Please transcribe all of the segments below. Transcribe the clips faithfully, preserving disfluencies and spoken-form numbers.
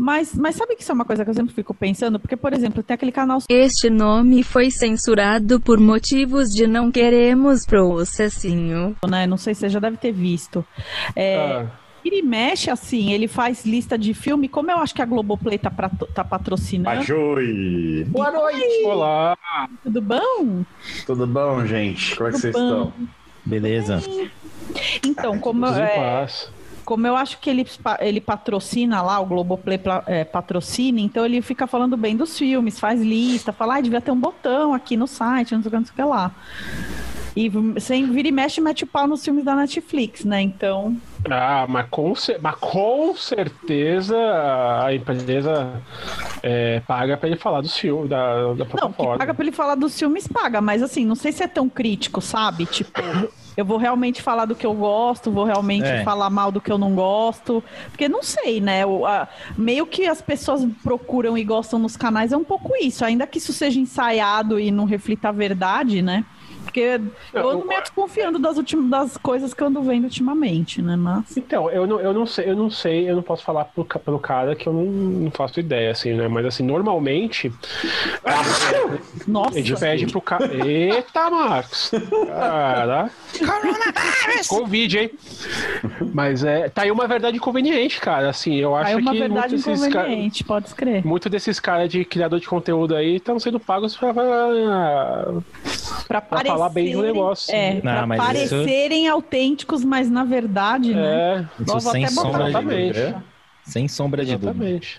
Mas, mas sabe que isso é uma coisa que eu sempre fico pensando? Porque, por exemplo, tem aquele canal... Este nome foi censurado por motivos de não queremos processinho. Né? Não sei se você já deve ter visto. É... Ah. Vira e mexe, assim, ele faz lista de filme, como eu acho que a Globoplay tá, pra, tá patrocinando. Ajoi! Boa noite! Olá! Tudo bom? Tudo bom, gente? Como é que vocês bom. estão? Beleza. Então, como, Tudo em é, paz. como eu acho que ele, ele patrocina lá, o Globoplay é, patrocina, então ele fica falando bem dos filmes, faz lista, fala, ah, devia ter um botão aqui no site, não sei o que, não sei o que lá. E sem vira e mexe, mete o pau nos filmes da Netflix, né? Então... Ah, mas com, mas com certeza a empresa é, paga pra ele falar dos filmes, da, da plataforma. Não, que paga pra ele falar dos filmes, paga. Mas assim, não sei se é tão crítico, sabe? Tipo, eu vou realmente falar do que eu gosto, vou realmente É. falar mal do que eu não gosto. Porque não sei, né? O, a, meio que as pessoas procuram e gostam nos canais é um pouco isso. Ainda que isso seja ensaiado e não reflita a verdade, né? Porque eu ando meio desconfiando das, ultim... das coisas que eu ando vendo ultimamente, né? Mas... Então, eu não, eu não sei, eu não sei, eu não posso falar pro, pelo cara que eu não, não faço ideia, assim, né? Mas assim, normalmente Nossa. a gente pede pro cara. Eita, Marcos! Cara. Coronavírus! Covid, hein? Mas é. Tá aí uma verdade inconveniente, cara. Assim, eu acho aí uma que. verdade muito desses inconveniente, cara... pode escrever. Muito desses caras de criador de conteúdo aí estão sendo pagos pra. Pra, pra falar bem do negócio. É, Não, pra mas parecerem isso... autênticos, mas na verdade, é, né? Isso sem sombra, de... sem sombra de dúvida. Exatamente.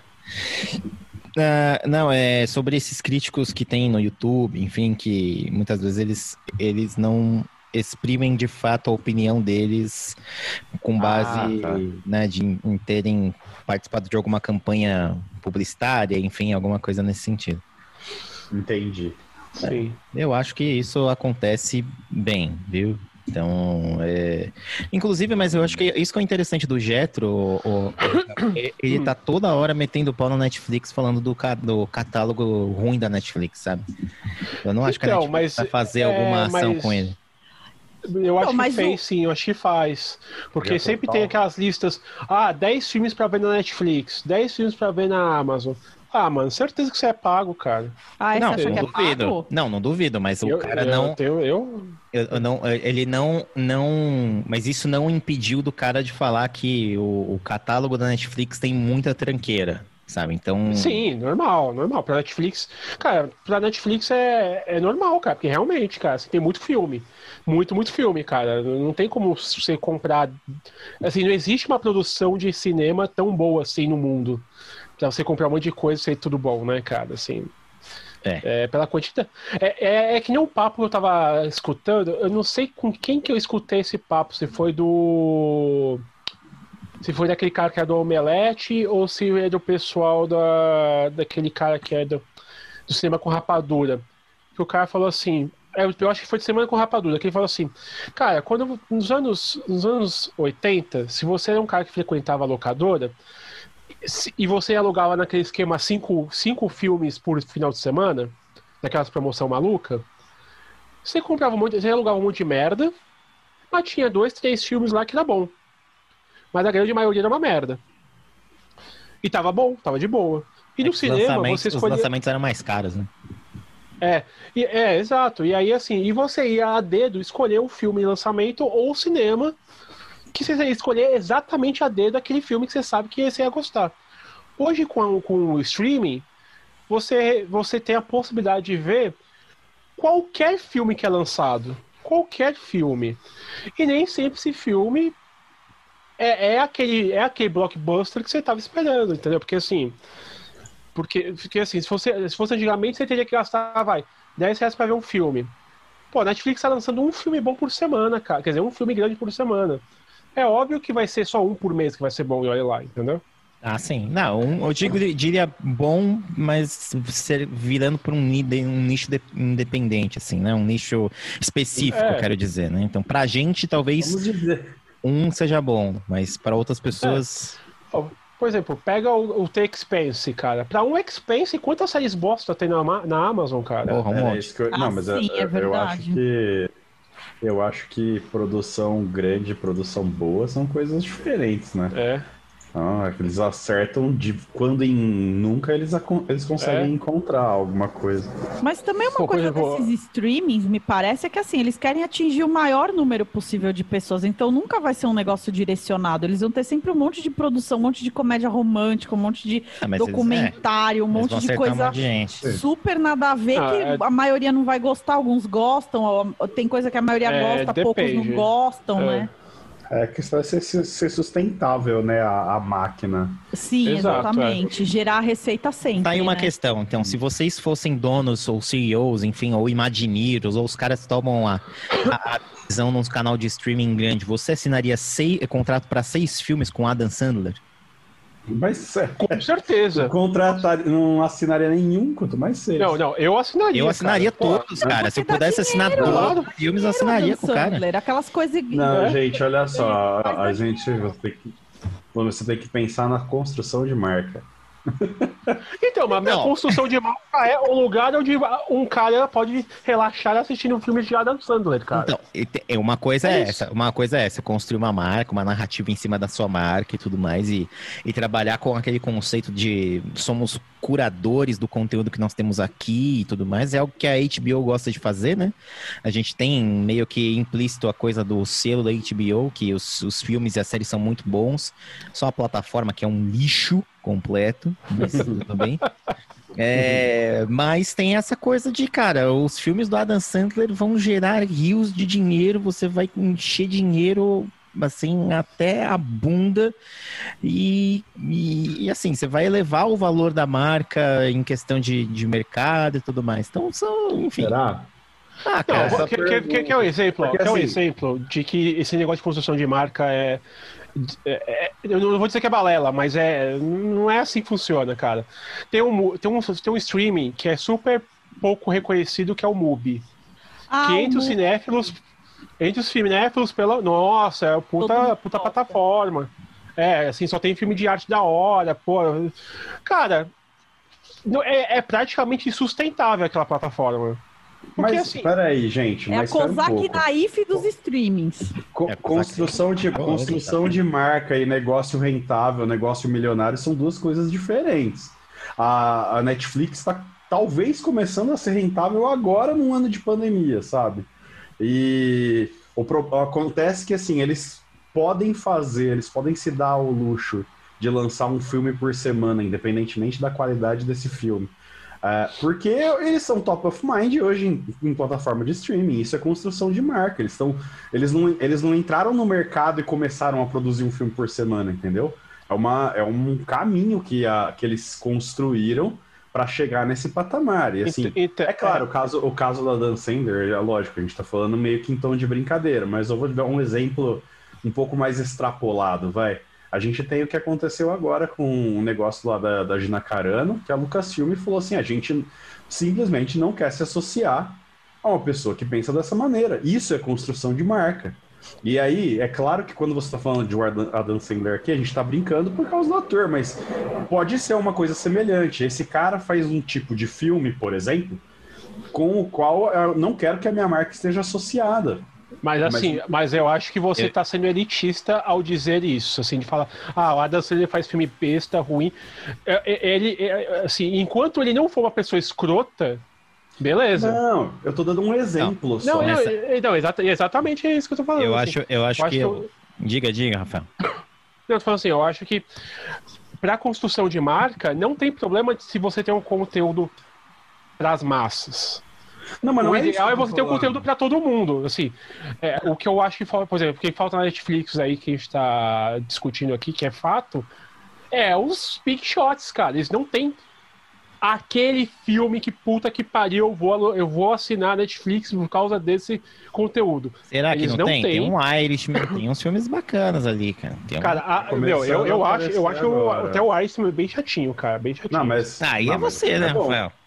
Uh, não, é sobre esses críticos que tem no YouTube, enfim, que muitas vezes eles, eles não exprimem de fato a opinião deles com base Ah, tá. né, de, em terem participado de alguma campanha publicitária, enfim, alguma coisa nesse sentido. Entendi. Sim. Eu acho que isso acontece bem, viu? Então, é... inclusive, mas eu acho que isso que é interessante do Jetro, o, o, ele tá toda hora metendo pau no Netflix falando do, ca... do catálogo ruim da Netflix, sabe? Eu não acho então, que a Netflix mas, vai fazer é, alguma ação mas... com ele. Eu acho não, que fez, o... sim, eu acho que faz. Porque Já sempre total. tem aquelas listas, ah, dez filmes pra ver na Netflix, dez filmes pra ver na Amazon. Ah, mano, certeza que você é pago, cara. Ah, Não, você acha não que é duvido. pago? Não, não duvido, mas o eu, cara eu não... Tenho, eu... Eu, eu não... Ele não, não... Mas isso não impediu do cara de falar que o, o catálogo da Netflix tem muita tranqueira, sabe? Então... Sim, normal, normal. Pra Netflix... Cara, pra Netflix é, é normal, cara. Porque realmente, cara, você tem muito filme. Muito, muito filme, cara. Não tem como você comprar... Assim, não existe uma produção de cinema tão boa assim no mundo. Pra você comprar um monte de coisa e ser tudo bom, né, cara? Assim... É. É, pela quantidade. É, é, é que nem um papo que eu tava escutando. Eu não sei com quem que eu escutei esse papo. Se foi do. Se foi daquele cara que é do Omelete ou se é do pessoal da, daquele cara que é do, do Cinema com Rapadura. Que o cara falou assim. Eu acho que foi de Semana com Rapadura. Que ele falou assim: cara, quando nos anos, nos anos oitenta, se você era um cara que frequentava a locadora. E você alugava naquele esquema cinco, cinco filmes por final de semana, naquelas promoção maluca, você comprava um monte, você alugava um monte de merda, mas tinha dois, três filmes lá que era bom. Mas a grande maioria era uma merda. E tava bom, tava de boa. E no É cinema, você escolhia... Os lançamentos eram mais caros, né? É, e, é, exato. E aí, assim, e você ia a dedo escolher o filme de lançamento ou o cinema que você ia escolher exatamente a dedo aquele filme que você sabe que você ia gostar. Hoje, com, com o streaming, você, você tem a possibilidade de ver qualquer filme que é lançado. Qualquer filme. E nem sempre esse filme é, é, aquele, é aquele blockbuster que você estava esperando, entendeu? Porque assim... Porque, porque assim, se fosse, se fosse antigamente, você teria que gastar, vai, dez reais pra ver um filme. Pô, a Netflix tá lançando um filme bom por semana, cara. Quer dizer, um filme grande por semana. É óbvio que vai ser só um por mês que vai ser bom e olha lá, entendeu? Ah, sim. Não, um, eu digo, diria bom, mas ser, virando para um, um nicho de, independente, assim, né? Um nicho específico, É. eu quero dizer, né? Então, pra gente, talvez um seja bom, mas para outras pessoas... É. Por exemplo, pega o, o The Expanse, cara. Pra um Expanse, quantas séries bosta tem na, na Amazon, cara? Porra, um É, monte. isso que eu... Ah, Não, mas sim, eu, é eu, eu acho verdade. que... Eu acho que produção grande e produção boa são coisas diferentes, né? É. Ah, é que eles acertam de quando em nunca eles, acon- eles conseguem É. encontrar alguma coisa. Mas também uma Pô, coisa coisa boa. desses streamings, me parece, é que assim, eles querem atingir o maior número possível de pessoas, então nunca vai ser um negócio direcionado. Eles vão ter sempre um monte de produção, um monte de comédia romântica, um monte de Ah, mas eles- documentário, um Eles monte vão de acertar um coisa monte de gente. super nada a ver, Ah, que é- a maioria não vai gostar, alguns gostam, ou- tem coisa que a maioria É, gosta, poucos depende. não gostam, É. né? É que vai ser, ser sustentável, né, a, a máquina. Sim, Exato, exatamente. Gerar receita sempre. Tá aí uma né? questão, então, se vocês fossem donos ou C E Os, enfim, ou Imagineers, ou os caras que tomam a, a, a decisão num canal de streaming grande, você assinaria seis, contrato para seis filmes com Adam Sandler? Mas é, Com certeza. contratar, não assinaria nenhum, quanto mais seis. Não, não, eu assinaria. Eu assinaria cara. Pô, todos, cara. Se eu Porque dá pudesse assinar dinheiro. todos os filmes, eu assinaria Adam com o cara. Sandler, aquelas coisas. Não, É. gente, olha só, Mas a, a dá gente você tem, que, você tem que pensar na construção de marca. Então, mas a minha Não. construção de marca é o lugar onde um cara pode relaxar assistindo um filme de Adam Sandler, cara. Então, e te- é, uma coisa É é, isso. essa, uma coisa é essa, construir uma marca, uma narrativa em cima da sua marca e tudo mais, e, e trabalhar com aquele conceito de somos curadores do conteúdo que nós temos aqui e tudo mais, é algo que a H B O gosta de fazer, né? A gente tem meio que implícito a coisa do selo da H B O, que os, os filmes e as séries são muito bons, só a plataforma que é um lixo completo, mas tudo bem. É, mas tem essa coisa de, cara, os filmes do Adam Sandler vão gerar rios de dinheiro, você vai encher dinheiro, assim, até a bunda, e, e, e, assim, você vai elevar o valor da marca em questão de, de mercado e tudo mais. Então, são, enfim. Será? Ah, Não, cara, essa quer, quer, quer, quer um exemplo? Porque, Quer um assim- exemplo de que esse negócio de construção de marca é, é- é- eu não vou dizer que é balela, mas é não é assim que funciona, cara. Tem um, tem um, tem um streaming que é super pouco reconhecido, que é o Mubi. Ah, que o entre os Mu- cinéfilos, entre os cinéfilos, pela, nossa, é Todo puta, mundo puta gosta. plataforma. É, assim, só tem filme de arte da hora, pô. Cara, não- é, é praticamente insustentável aquela plataforma. Porque Mas assim, peraí, gente, É a mas espera um Kozak pouco. Naif dos streamings. Co- É, construção de, Kozak. construção de marca e negócio rentável, negócio milionário são duas coisas diferentes. A, a Netflix está talvez começando a ser rentável agora num ano de pandemia, sabe? E o pro- acontece que assim, eles podem fazer, eles podem se dar o luxo de lançar um filme por semana, independentemente da qualidade desse filme. É, porque eles são top of mind hoje em, em plataforma de streaming. Isso é construção de marca. Eles, tão, eles, não, eles não entraram no mercado e começaram a produzir um filme por semana, entendeu? É, uma, é um caminho que, a, que eles construíram para chegar nesse patamar. E assim, ent- ent- é claro, o caso, o caso da Dan Sandler, é lógico, a gente tá falando meio que em tom de brincadeira, mas eu vou dar um exemplo um pouco mais extrapolado, vai. A gente tem o que aconteceu agora com o um negócio lá da, da Gina Carano, que a Lucasfilm falou assim, a gente simplesmente não quer se associar a uma pessoa que pensa dessa maneira. Isso é construção de marca. E aí, é claro que quando você está falando de Adam Adam Sandler aqui, a gente está brincando por causa do ator, mas pode ser uma coisa semelhante. Esse cara faz um tipo de filme, por exemplo, com o qual eu não quero que a minha marca esteja associada. Mas assim, mas, eu acho que você Eu- tá sendo elitista ao dizer isso, assim, de falar, ah, o Adam Sandler faz filme besta, ruim. É, é, Ele, é, assim, enquanto ele não for uma pessoa escrota, beleza. Não, eu tô dando um exemplo só. Não, não, nessa- é- então, exata- exatamente é isso que eu tô falando. eu assim. acho, eu acho eu acho que... que eu- eu- Diga, diga, Rafael. Não, eu tô falando assim, eu acho que pra construção de marca, não tem problema de se você tem um conteúdo pras massas. Não, mas não O é isso ideal que é eu tô você ter um falando. conteúdo pra todo mundo, assim. É, o que eu acho que falta, por exemplo, o que falta na Netflix aí que a gente tá discutindo aqui, que é fato, é os big shots, cara. Eles não têm aquele filme que puta que pariu, eu vou, eu vou assinar a Netflix por causa desse conteúdo. Será que Eles não, não tem? Tem têm. um Irishman, tem uns filmes bacanas ali, cara. Tem um- Cara, a- começando meu, eu, eu a acho, eu aparecer acho agora. até o Iceman bem chatinho, cara, bem chatinho. Não, mas... Ah, aí não, é mas você, né, é bom. Rafael?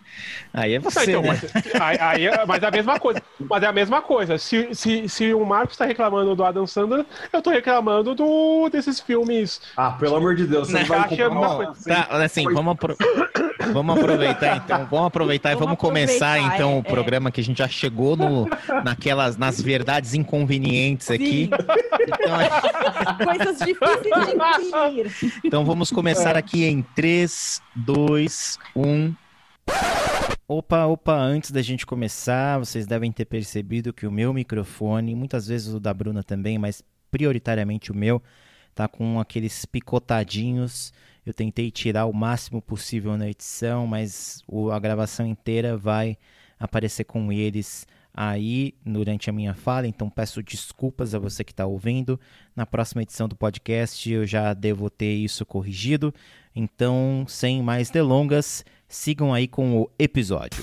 Aí é Tá, você, então, né? mas, aí, aí é- mas é a mesma coisa. Mas é a mesma coisa. Se, se, se o Marcos tá reclamando do Adam Sandler, eu tô reclamando do, desses filmes. Ah, pelo amor de Deus, você não, Não, vai acho comprar uma uma coisa- Tá, assim, vamos, apro- vamos aproveitar então, vamos aproveitar e Vamos vamos começar aproveitar, então é, o programa que a gente já chegou no, naquelas, nas verdades inconvenientes aqui. Então, Coisas difíceis de engolir. então vamos começar aqui em três, dois, um. Opa, opa, antes da gente começar, vocês devem ter percebido que o meu microfone, muitas vezes o da Bruna também, mas prioritariamente o meu, tá com aqueles picotadinhos. Eu tentei tirar o máximo possível na edição, mas o- a gravação inteira vai aparecer com eles aí durante a minha fala, então peço desculpas a você que está ouvindo. Na próxima edição do podcast eu já devo ter isso corrigido. Então, sem mais delongas, sigam aí com o episódio.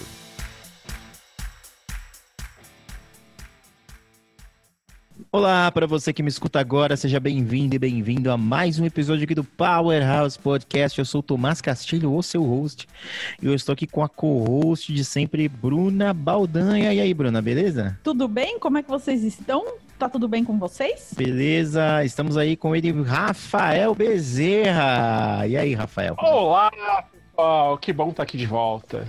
Olá, para você que me escuta agora, seja bem-vindo e bem-vindo a mais um episódio aqui do Powerhouse Podcast. Eu sou o Tomás Castilho, o seu host, e eu estou aqui com a co-host de sempre, Bruna Baldanha. E aí, Bruna, beleza? Tudo bem? Como é que vocês estão? Tá tudo bem com vocês? Beleza, estamos aí com ele, Rafael Bezerra. E aí, Rafael? Olá, pessoal. Que bom estar aqui de volta.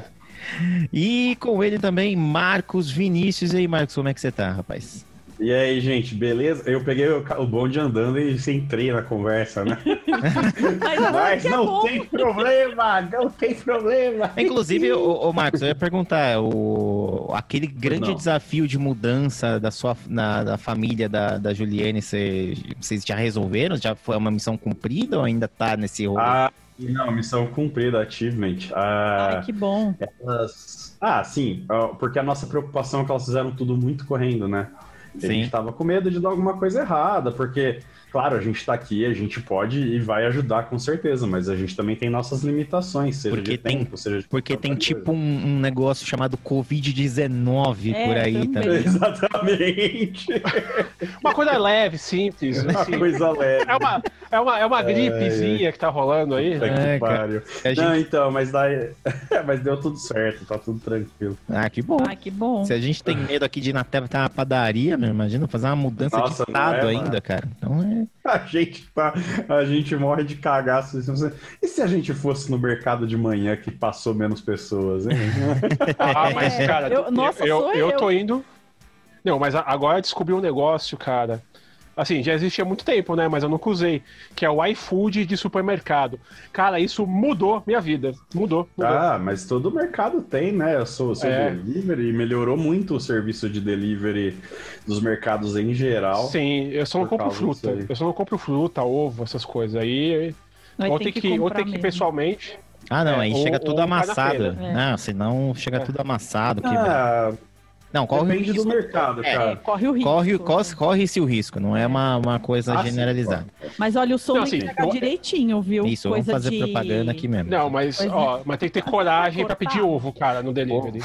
E com ele também, Marcos Vinícius. E aí, Marcos, como é que você tá, rapaz? E aí, gente, beleza? Eu peguei o, ca- o bonde andando e entrei na conversa, né? Mas, Mas que é não bom. tem problema, não tem problema. Inclusive, ô, ô, Marcos, eu ia perguntar, o, aquele grande Não. desafio de mudança da sua na, da família da, da Juliane, cê- vocês já resolveram? Já foi uma missão cumprida ou ainda tá nesse rolo? Ah, não, missão cumprida, achievement. Ah, Ai, que bom. elas... ah, sim, ó, porque a nossa preocupação é que elas fizeram tudo muito correndo, né? E a Sim. gente tava com medo de dar alguma coisa errada, porque, claro, a gente tá aqui, a gente pode e vai ajudar com certeza, mas a gente também tem nossas limitações, seja Porque de tem- tempo, seja de Porque qualquer tem coisa. tipo um, um negócio chamado covid dezenove É, por aí também. também. Exatamente. Uma coisa leve, simples. Uma assim. coisa leve. É uma, é uma, é uma gripezinha que tá rolando aí. Puta que É, cara. pariu. A gente- Não, então, mas daí. Mas deu tudo certo, tá tudo tranquilo. Ah, que bom. Ai, que bom. Se a gente tem medo aqui de ir na terra tá uma padaria, meu, imagina fazer uma mudança Nossa, de não estado é, ainda, mano. cara. Então é. A gente tá. A gente morre de cagaço. E se a gente fosse no mercado de manhã que passou menos pessoas, hein? Ah, mas, É, cara, eu- nossa, eu, sou eu eu. tô indo. Não, mas a- agora eu descobri um negócio, cara. Assim, já existia há muito tempo, né? Mas eu nunca usei. Que é o iFood de supermercado. Cara, isso mudou minha vida. Mudou. mudou. Ah, mas todo mercado tem, né? Eu sou, sou É. delivery e melhorou muito o serviço de delivery dos mercados em geral. Sim, eu só não Por compro causa disso fruta. aí. Eu só não compro fruta, ovo, essas coisas. Aí. Nós Ou tem tem que, ou comprar tem que ir mesmo. pessoalmente. Ah, não, É, aí ou- chega ou tudo vai na amassado. feira. É. Não, senão chega É. tudo amassado. quebrado. Ah, Não, corre o depende risco. do mercado, É, É, cara. corre o risco. Corre, corre, corre-se o risco, não é uma, uma coisa Ah, sim, generalizada. Mas olha, o som Não, tem assim, que pegar eu- direitinho, viu? Isso, vamos fazer de... propaganda aqui mesmo. Não, mas, Pois é. ó, mas tem que ter coragem pra pedir ovo, cara, no delivery.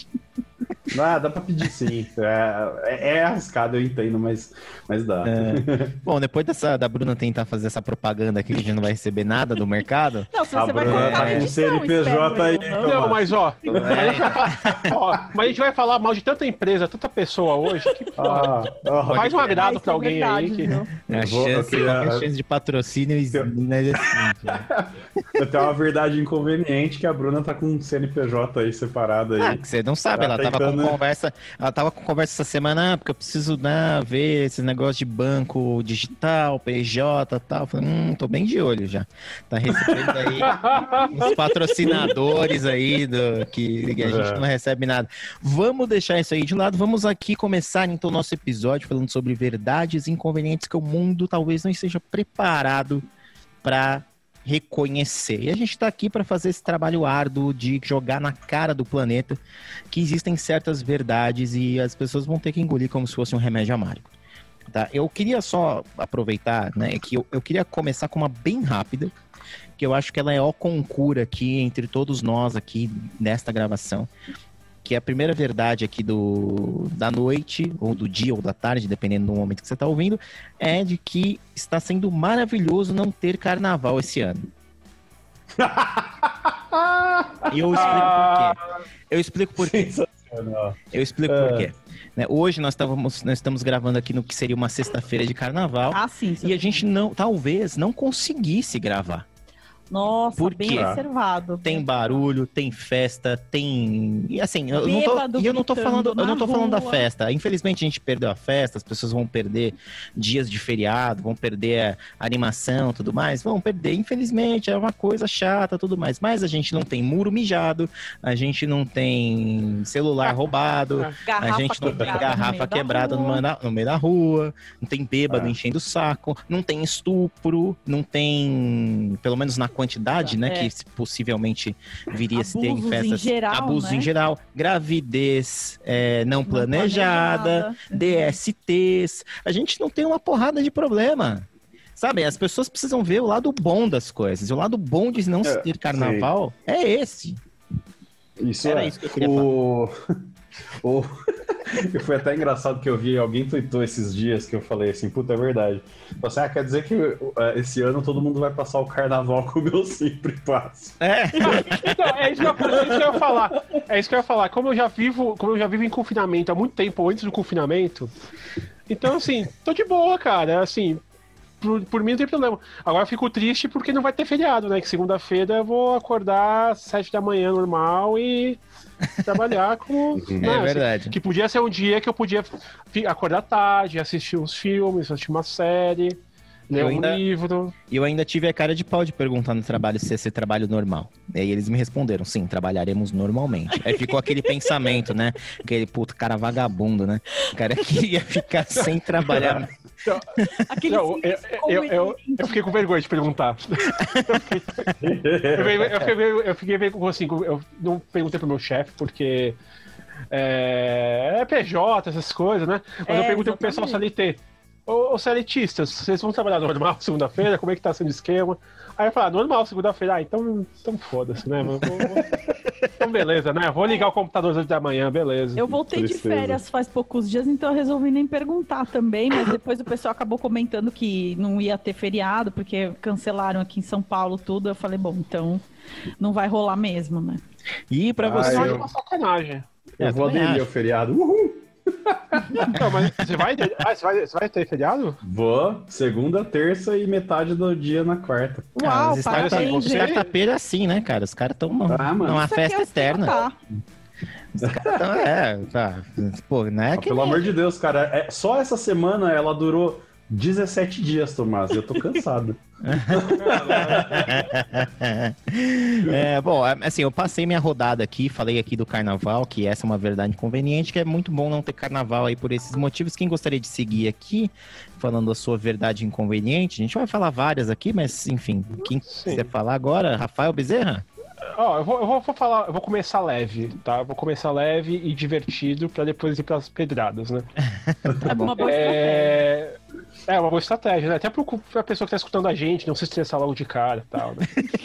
Ah, dá pra pedir sim. É, é, é arriscado, eu entendo, mas, mas dá. Bom, depois dessa, da Bruna tentar fazer essa propaganda aqui, que a gente não vai receber nada do mercado. Não, se A você vai Bruna colocar tá na com edição, C N P J espero aí, eu, então. não. Não, mas ó, É, ó, mas a gente vai falar mal de tanta empresa, tanta pessoa hoje, que pô, Ah, ah, faz um Ah, agrado isso pra é alguém verdade, aí. Que... viu? a Eu vou- eu chance, queria- qualquer chance de patrocínio inexistente. né? eu tenho uma verdade inconveniente que a Bruna tá com um C N P J aí separado aí. Ah, que você não sabe, Tá ela tava com tentando- conversa, ela tava com conversa essa semana, ah, porque eu preciso né, ver esse negócio de banco digital, P J e tal. Eu falei, hum, tô bem de olho já. Tá recebendo aí os patrocinadores aí do, que, que a gente É. não recebe nada. Vamos deixar isso aí de lado, vamos aqui começar então o nosso episódio falando sobre verdades e inconvenientes que o mundo talvez não esteja preparado para reconhecer. E a gente está aqui para fazer esse trabalho árduo de jogar na cara do planeta que existem certas verdades e as pessoas vão ter que engolir como se fosse um remédio amargo. Tá? Eu queria só aproveitar, né, que eu, eu queria começar com uma bem rápida, que eu acho que ela é o concura aqui entre todos nós aqui nesta gravação, que é a primeira verdade aqui do, da noite, ou do dia, ou da tarde, dependendo do momento que você está ouvindo, é de que está sendo maravilhoso não ter carnaval esse ano. E eu explico por quê. Eu explico por quê. Eu explico É. por quê. Né, hoje nós, távamos, nós estamos gravando aqui no que seria uma sexta-feira de carnaval. Ah, sim. E a gente não, talvez não conseguisse gravar. Nossa, Por bem quê? reservado. Tem barulho, tem festa, tem. E assim, eu não tô, Bêbado e eu não tô gritando falando, eu não tô na falando da rua. festa. Infelizmente a gente perdeu a festa, as pessoas vão perder dias de feriado, vão perder a animação, tudo mais, vão perder. Infelizmente é uma coisa chata, tudo mais. Mas a gente não tem muro mijado, a gente não tem celular roubado, Garrafa a gente não tem quebrada no garrafa meio da quebrada no rua. meio da, no meio da rua, não tem bêbado É. enchendo o saco, não tem estupro, não tem, pelo menos na quantidade, né, É. que possivelmente viria a se ter em Abusos festas. em geral, abusos né? em geral, gravidez é, não, Não planejada, planejada. D S Ts. A gente não tem uma porrada de problema. Sabe, as pessoas precisam ver o lado bom das coisas. E o lado bom de não É, ter carnaval é esse. Isso Era é. isso que eu queria o... o... Foi até engraçado que eu vi, alguém tweetou esses dias que eu falei assim, puta, é verdade. Falei assim, ah, quer dizer que uh, esse ano todo mundo vai passar o carnaval como eu sempre passo. É. Então, é isso, que eu, é isso que eu ia falar. É isso que eu ia falar. Como eu já vivo, como eu já vivo em confinamento há muito tempo antes do confinamento, então assim, tô de boa, cara. Assim, por, por mim não tem problema. Agora eu fico triste porque não vai ter feriado, né? Que segunda-feira eu vou acordar às sete da manhã normal e trabalhar com. né, É assim, verdade. que podia ser um dia que eu podia fi- acordar tarde, assistir uns filmes, assistir uma série, ler Eu um ainda- livro. E eu ainda tive a cara de pau de perguntar no trabalho se ia ser trabalho normal. E aí eles me responderam, sim, trabalharemos normalmente. Aí ficou aquele pensamento, né? Aquele puto cara vagabundo, né? O cara queria ficar sem trabalhar. Aquele Não, eu, eu, eu, eu fiquei com vergonha de perguntar. Eu fiquei, eu fiquei, meio- eu fiquei meio assim, eu não perguntei pro meu chefe, porque é, é P J, essas coisas, né? Mas É, eu perguntei pro pessoal C exatamente. L T. Ô, ô C L Tistas, vocês vão trabalhar normal segunda-feira? Como é que tá sendo o esquema? Aí eu falei, ah, normal segunda-feira. Ah, então, então foda-se, né? Vou- vou- Então beleza, né? Vou ligar o computador às oito da manhã, beleza. Eu voltei de Tristeza. férias faz poucos dias, então eu resolvi nem perguntar também, mas depois o pessoal acabou comentando que não ia ter feriado, porque cancelaram aqui em São Paulo tudo. Eu falei, bom, então não vai rolar mesmo, né? E pra Ah, você. Isso é eu- uma sacanagem. Eu É, vou também aderir acho. ao feriado. Uhul! Não, mas você vai, ah, você vai, você vai ter feriado? Vou segunda, terça e metade do dia na quarta. Ah, Uau, os parabéns, parabéns, Os você- gente. startupeiros é assim, né, cara? Os caras estão Ah, mano. numa Isso aqui festa é eterna. ostentar. Os caras tão, é, tá. Pô, não é Ah, que. pelo amor de Deus, cara. É, só essa semana ela durou dezessete dias, Tomás. Eu tô cansado. É, bom, assim, eu passei minha rodada aqui, falei aqui do carnaval, que essa é uma verdade inconveniente, que é muito bom não ter carnaval aí por esses motivos. Quem gostaria de seguir aqui, falando a sua verdade inconveniente, a gente vai falar várias aqui, mas enfim, quem Sim. quiser falar agora, Rafael Bezerra? Ó, eu vou, eu vou- vou falar, eu vou começar leve, tá? Eu vou começar leve e divertido pra depois ir pras pedradas, né? É uma boa estratégia. É... é uma boa estratégia, né? Até pro, pra pessoa que tá escutando a gente não se estressar logo de cara e tal, né?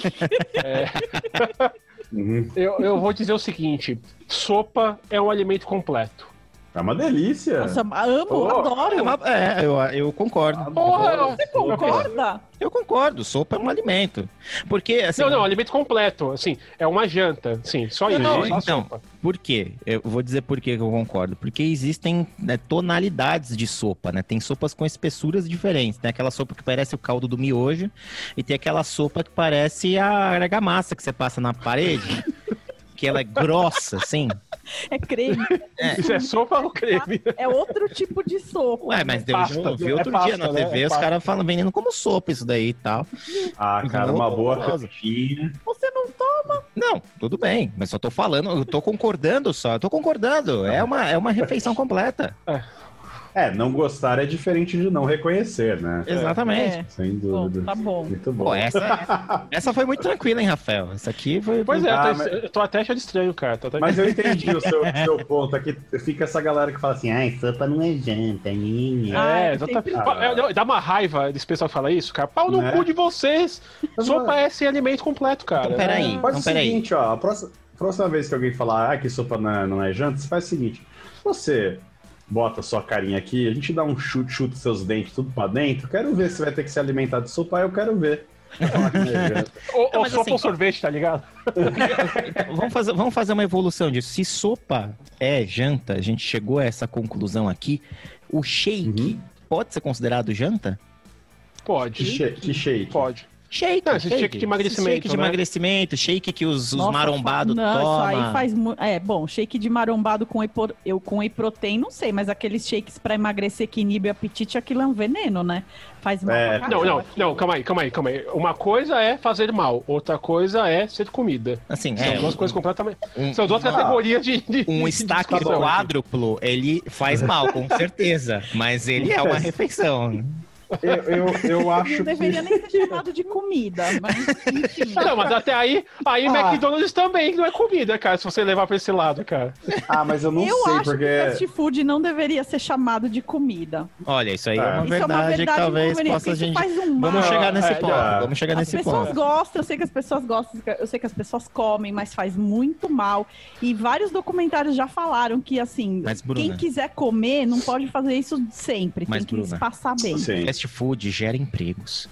Uhum. Eu, eu vou dizer o seguinte: sopa é um alimento completo. É uma delícia. Nossa, amo, Oh, adoro. É, uma- é, eu, eu concordo. Porra, eu- Você concorda? Eu concordo, sopa é um alimento. Porque, assim. Não, não, alimento completo, assim, é uma janta, sim, só isso, Não, só então, sopa. por quê? Eu vou dizer por que que eu concordo. Porque existem né, tonalidades de sopa, né? Tem sopas com espessuras diferentes. Tem aquela sopa que parece o caldo do miojo e tem aquela sopa que parece a argamassa que você passa na parede, que ela é grossa, assim. É creme. Isso é sopa ou creme? É outro tipo de sopa. Ué, mas eu pasta, já ouvi é outro pasta, dia na né? T V É os pasta. caras falando, vendendo como sopa isso daí e tal. Ah, cara, uma boa Horroroso. coxinha. Você não toma. Não, tudo bem, mas só tô falando, eu tô concordando só, eu tô concordando. É uma, é uma refeição completa. É, não gostar é diferente de não reconhecer, né? Exatamente. É. Sem Bom, dúvida. tá bom. Muito bom. Pô, essa, essa foi muito tranquila, hein, Rafael? Essa aqui foi. Pois é, Ah, eu, tô, mas- eu tô até achando estranho, cara. Tô até... Mas eu entendi o seu, seu ponto. Aqui fica essa galera que fala assim, ai, sopa não é janta, ninha. Ah, É, eu exatamente. sempre- Pa- é, dá uma raiva desse pessoal que fala isso, cara. Pau no Né? cu de vocês! Sopa é esse alimento completo, cara. Então, peraí. Faz Então, o peraí. seguinte, ó. A próxima, próxima vez que alguém falar ah, que sopa não é, não é janta, você faz o seguinte. Você bota sua carinha aqui, a gente dá um chute, chuta seus dentes tudo pra dentro. Quero ver se vai ter que se alimentar de sopa, eu quero ver. Ou, Não, ou mas sopa assim, ou sorvete, tá ligado? Vamos fazer, vamos fazer uma evolução disso. Se sopa é janta, a gente chegou a essa conclusão aqui, o shake Uhum. pode ser considerado janta? Pode. Que shake? Que shake? Pode. Shake, Não, esse shake de emagrecimento, Shake de né? emagrecimento, shake que os, os Nossa, marombados não, tomam. Isso aí faz muito. É, bom, shake de marombado com whey, por- eu com whey protein, não sei, mas aqueles shakes pra emagrecer que inibe o apetite, aquilo é um veneno, né? Faz mal. É, pra Não, caramba não, aquilo. não, calma aí, calma aí, calma aí. Uma coisa é fazer mal, outra coisa é ser comida. Assim, São é, duas coisas completamente. um- São duas categorias de. de um de stack discussão aqui. quádruplo, ele faz mal, com certeza. Mas ele é uma refeição. Eu, eu, eu acho Não deveria que... nem ser chamado de comida, mas enfim. Não, mas até aí, aí Ah. McDonald's também não é comida, cara, se você levar pra esse lado, cara. Ah, mas eu não Eu sei, acho porque... que fast food não deveria ser chamado de comida. Olha, isso aí é, É. uma Isso é uma verdade, que verdade talvez inconveniente, possa a porque isso gente... faz um mal. Vamos chegar nesse É, ponto, já. vamos chegar As nesse pessoas ponto. gostam, eu sei que as pessoas gostam, eu sei que as pessoas comem, mas faz muito mal. E vários documentários já falaram que, assim, Mas, Bruna- quem quiser comer não pode fazer isso sempre, Mas, tem que Bruna- passar bem. Sim. Fast food gera empregos.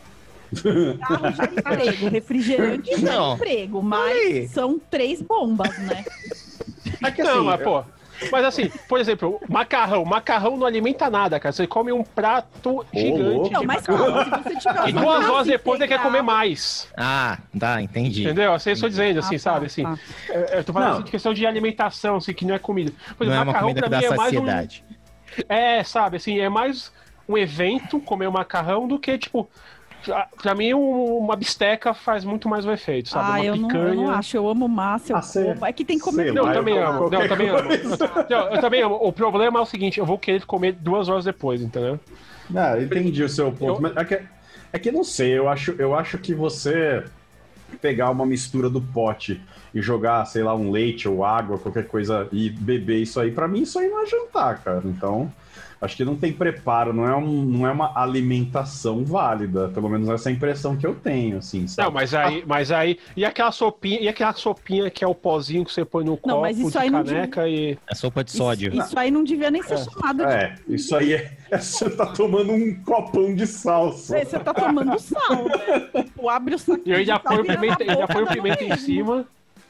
Carro gera emprego, refrigerante gera Não. emprego, Aí. mas são três bombas, né? É que Não, assim, mas, pô. Mas assim, por exemplo, macarrão. Macarrão não alimenta nada, cara. Você come um prato gigante louco. Não, de mas macarrão. calma, se você tiver E uma duas massa horas depois você quer integral- comer mais. Ah, tá, entendi. Entendeu? Assim, eu estou dizendo, assim, Ah, sabe? tá, Assim, tá. é, eu tô falando Não. assim, de questão de alimentação, assim, que não é comida. Por Não exemplo, é uma macarrão comida que pra dá mim é mais um. saciedade. É, sabe, assim, é mais um evento comer o macarrão do que, tipo. Pra, pra mim, um- uma bisteca faz muito mais o efeito, sabe? Ah, uma eu não, picanha. eu não acho, eu amo massa, eu Ah, cê- como. É que tem que comer sei Não, lá, eu eu também como amo. Não, eu qualquer também amo. coisa. Não, eu também amo. O problema é o seguinte, eu vou querer comer duas horas depois, entendeu? Ah, entendi o seu ponto. Eu- Mas é que, é que não sei, eu acho, eu acho que você pegar uma mistura do pote e jogar, sei lá, um leite ou água, qualquer coisa, e beber isso aí, pra mim isso aí não é jantar, cara. Então, acho que não tem preparo, não é, um, não é uma alimentação válida. Pelo menos essa é a impressão que eu tenho, assim, sabe? Não, mas aí, mas aí. E aquela sopinha, e aquela sopinha que é o pozinho que você põe no Não, copo mas isso de aí não caneca e. É sopa de Isso, sódio. isso aí não devia nem ser chamado de. É, isso aí é, é você tá tomando um copão de salsa. É, Você tá tomando sal, né? Tipo, abre o saquinho E eu de ainda sal, põe o vira pimenta, na ainda boca, põe o dá no pimenta em mesmo. cima.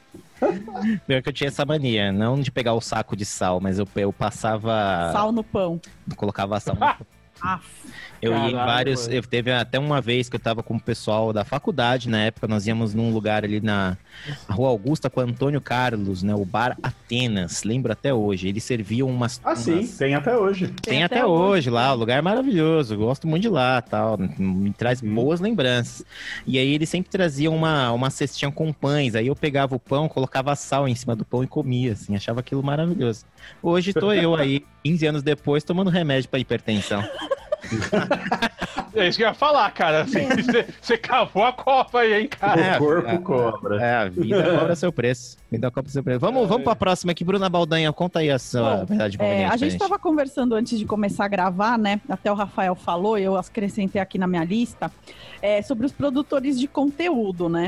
Pior que eu tinha essa mania, não de pegar o saco de sal, mas eu, eu passava, Sal no pão. colocava sal no Ah, Eu ia em Caralho, vários. mano. Eu teve até uma vez que eu tava com o pessoal da faculdade, na época, nós íamos num lugar ali na Rua Augusta com o Antônio Carlos, né? O Bar Atenas, lembro até hoje. Eles serviam umas. Ah, sim, umas- tem até hoje. Tem até, hoje lá, o lugar é maravilhoso, eu gosto muito de lá, tal, me traz Uhum. boas lembranças. E aí eles sempre traziam uma, uma cestinha com pães, aí eu pegava o pão, colocava sal em cima do pão e comia, assim, achava aquilo maravilhoso. Hoje tô eu aí, quinze anos depois, tomando remédio pra hipertensão. É isso que eu ia falar, cara. Assim, você, você cavou a copa aí, hein, cara. É, o corpo é, cobra. É, a vida cobra seu preço. Vida cobra seu preço. Vamos, vamos pra próxima aqui, Bruna Baldanha, conta aí a sua Bom, verdade É, conveniente a pra gente gente. estava conversando antes de começar a gravar, né? Até o Rafael falou, eu acrescentei aqui na minha lista, é, sobre os produtores de conteúdo, né?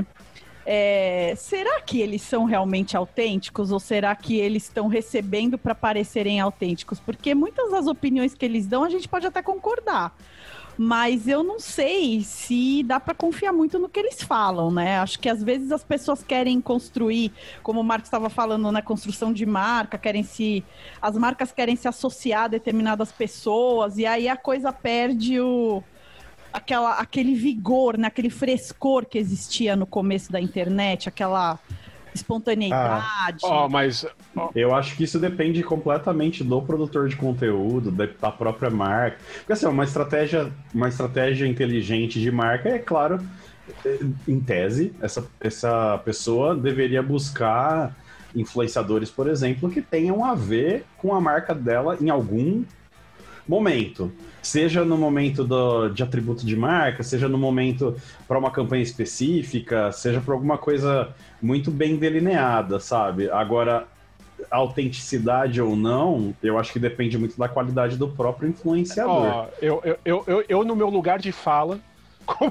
É, será que eles são realmente autênticos ou será que eles estão recebendo para parecerem autênticos? Porque muitas das opiniões que eles dão a gente pode até concordar. Mas eu não sei se dá para confiar muito no que eles falam, né? Acho que às vezes as pessoas querem construir, como o Marcos estava falando, né? Construção de marca, querem se. As marcas querem se associar a determinadas pessoas, e aí a coisa perde o. Aquela, aquele vigor, né? Aquele frescor que existia no começo da internet, aquela espontaneidade. Ó, mas. ó, Eu acho que isso depende completamente do produtor de conteúdo, da da própria marca. Porque assim, uma estratégia, uma estratégia inteligente de marca, é claro, eh, em tese, essa, essa pessoa deveria buscar influenciadores, por exemplo, que tenham a ver com a marca dela em algum momento. Seja no momento do, de atributo de marca, seja no momento para uma campanha específica, seja para alguma coisa muito bem delineada, sabe? Agora, autenticidade ou não, eu acho que depende muito da qualidade do próprio influenciador. Ó, eu, eu, eu, eu, eu, no meu lugar de fala, como,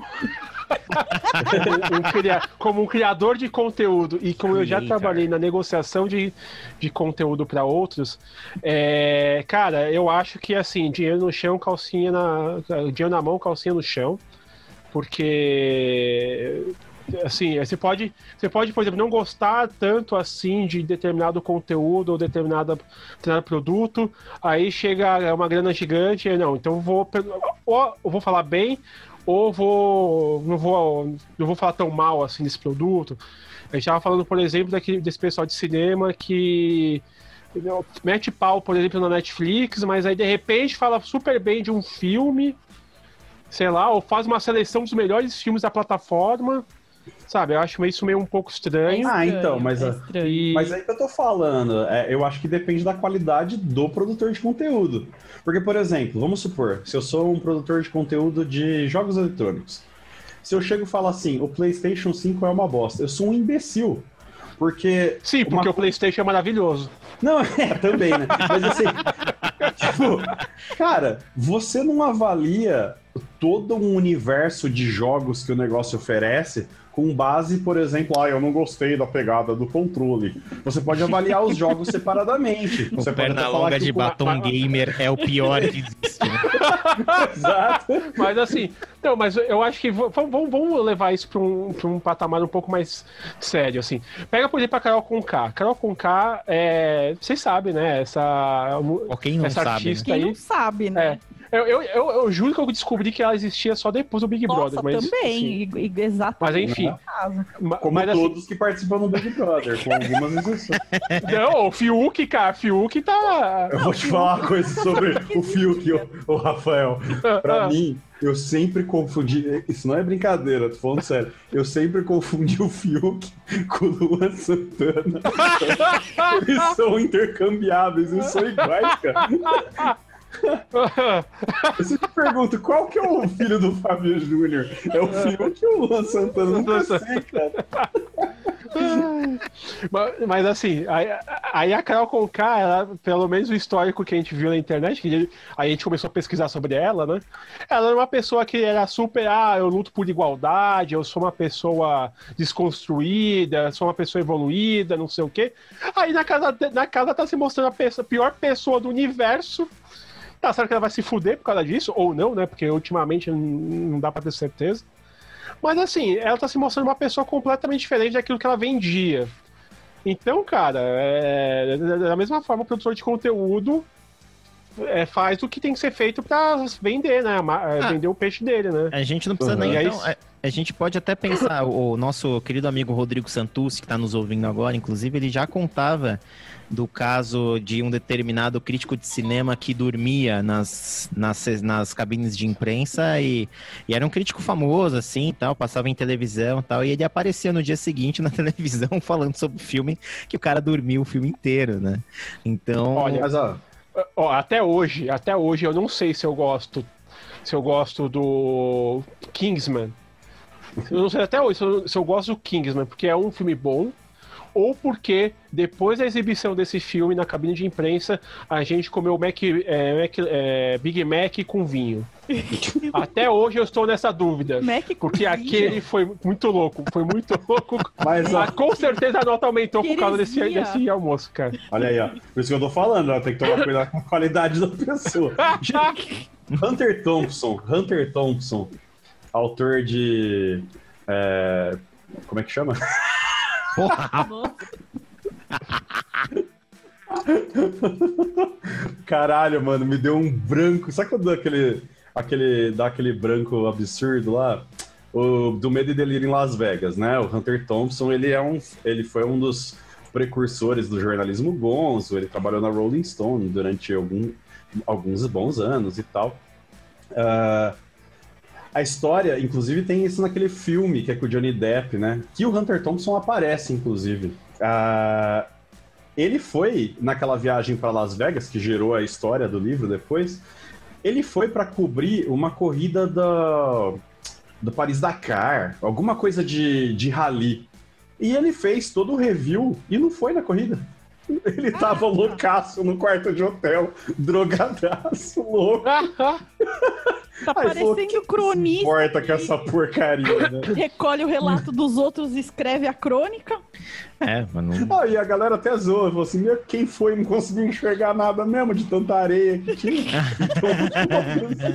como, um, cria- como um criador de conteúdo e como eu já Sim, trabalhei na negociação de, de conteúdo para outros, é, cara, eu acho que assim, dinheiro no chão, calcinha na. Dinheiro na mão, calcinha no chão. Porque... Assim, você pode, você pode, por exemplo, não gostar tanto assim de determinado conteúdo ou determinado, determinado produto, aí chega uma grana gigante, e não, então eu vou, ou eu vou falar bem, ou vou, não vou, não vou falar tão mal assim desse produto. A gente estava falando, por exemplo, daquele, desse pessoal de cinema que mete pau, por exemplo, na Netflix, mas aí de repente fala super bem de um filme, sei lá, ou faz uma seleção dos melhores filmes da plataforma. Sabe, eu acho isso meio um pouco estranho. Ah, então, mas, é a, e... mas aí que eu tô falando, é, eu acho que depende da qualidade do produtor de conteúdo. Porque, por exemplo, vamos supor, se eu sou um produtor de conteúdo de jogos eletrônicos, se eu chego e falo assim, o PlayStation cinco é uma bosta, eu sou um imbecil. Porque... Sim, porque uma... o PlayStation é maravilhoso. Não, é, também, né? Mas assim, tipo, cara, você não avalia todo um universo de jogos que o negócio oferece com base, por exemplo, ah, eu não gostei da pegada do controle. Você pode avaliar os jogos separadamente. O você perna longa de batom gamer é o pior que existe. Né? Exato. Mas assim, não, mas eu acho que vamos, vamos levar isso para um, pra um patamar um pouco mais sério, assim. Pega, por exemplo, a Carol Conká. Carol Conká, é, vocês sabem, né? Essa, Ou quem não essa sabe, artista né? Quem aí. não sabe, né? É. Eu, eu, eu, eu juro que eu descobri que ela existia só depois do Big Nossa, Brother. Mas, também, assim, exatamente. Mas enfim. Como mas, todos assim, que participam do Big Brother, com algumas exceções. Não, o Fiuk, cara, Fiuk tá... Eu vou te falar uma coisa sobre o Fiuk, o, o Rafael. Pra mim, eu sempre confundi... Isso não é brincadeira, tô falando sério. Eu sempre confundi o Fiuk com o Luan Santana. Eles são intercambiáveis, eles são iguais, cara. Eu sempre pergunto, qual que é o filho do Fábio Júnior? É o Fiuk ou o Luan Santana? Nunca sei, cara. mas, mas assim, aí, aí a Carol Conká, ela, pelo menos o histórico que a gente viu na internet, que aí a gente começou a pesquisar sobre ela, né? Ela era uma pessoa que era super, ah, eu luto por igualdade, eu sou uma pessoa desconstruída, sou uma pessoa evoluída, não sei o quê. Aí na casa, na casa tá se mostrando a, pessoa, a pior pessoa do universo. Tá, será que ela vai se fuder por causa disso? Ou não, né? Porque ultimamente não dá pra ter certeza. Mas assim, ela tá se mostrando uma pessoa completamente diferente daquilo que ela vendia. Então, cara, é... da mesma forma, o produtor de conteúdo é, faz o que tem que ser feito pra vender, né? Ah, vender o peixe dele, né? A gente não precisa uhum. nem... Então, a, a gente pode até pensar, o nosso querido amigo Rodrigo Santus, que tá nos ouvindo agora, inclusive, ele já contava do caso de um determinado crítico de cinema que dormia nas, nas, nas cabines de imprensa e, e era um crítico famoso, assim, tal, passava em televisão e tal, e ele aparecia no dia seguinte na televisão falando sobre o filme que o cara dormiu o filme inteiro, né? Então... Olha, mas, ó, ó, até hoje, até hoje eu não sei se eu gosto, se eu gosto do Kingsman. Eu não sei até hoje se eu, se eu gosto do Kingsman, porque é um filme bom, ou porque depois da exibição desse filme na cabine de imprensa, a gente comeu Mac, é, Mac, é, Big Mac com vinho. Até hoje eu estou nessa dúvida. Mac com porque vinho. Aquele foi muito louco, foi muito louco. Mas, ó, com certeza a nota aumentou que por causa desse, heresia. desse almoço, cara. Olha aí, ó. Por isso que eu tô falando, ó, tem que tomar cuidado com a qualidade da pessoa. Hunter Thompson, Hunter Thompson, autor de... É, como é que chama? Caralho, mano, me deu um branco. Sabe quando dá aquele, aquele, dá aquele branco absurdo lá? O, do Medo e Delírio em Las Vegas, né? O Hunter Thompson, ele, é um, ele foi um dos precursores do jornalismo gonzo. Ele trabalhou na Rolling Stone durante algum, alguns bons anos e tal. Uh, A história, inclusive, tem isso naquele filme que é com o Johnny Depp, né? Que o Hunter Thompson aparece, inclusive. Uh, ele foi, naquela viagem para Las Vegas, que gerou a história do livro depois, ele foi para cobrir uma corrida do, do Paris-Dakar, alguma coisa de, de rally. E ele fez todo o review e não foi na corrida. Ele tava loucaço no quarto de hotel, drogadaço, louco. Tá Aí falou, parecendo cronista. Importa com essa porcaria, né? Recolhe o relato dos outros e escreve a crônica. É, mano. Ah, e a galera até zoa, falou assim, meu, quem foi não conseguiu enxergar nada mesmo de tanta areia que tinha. Então,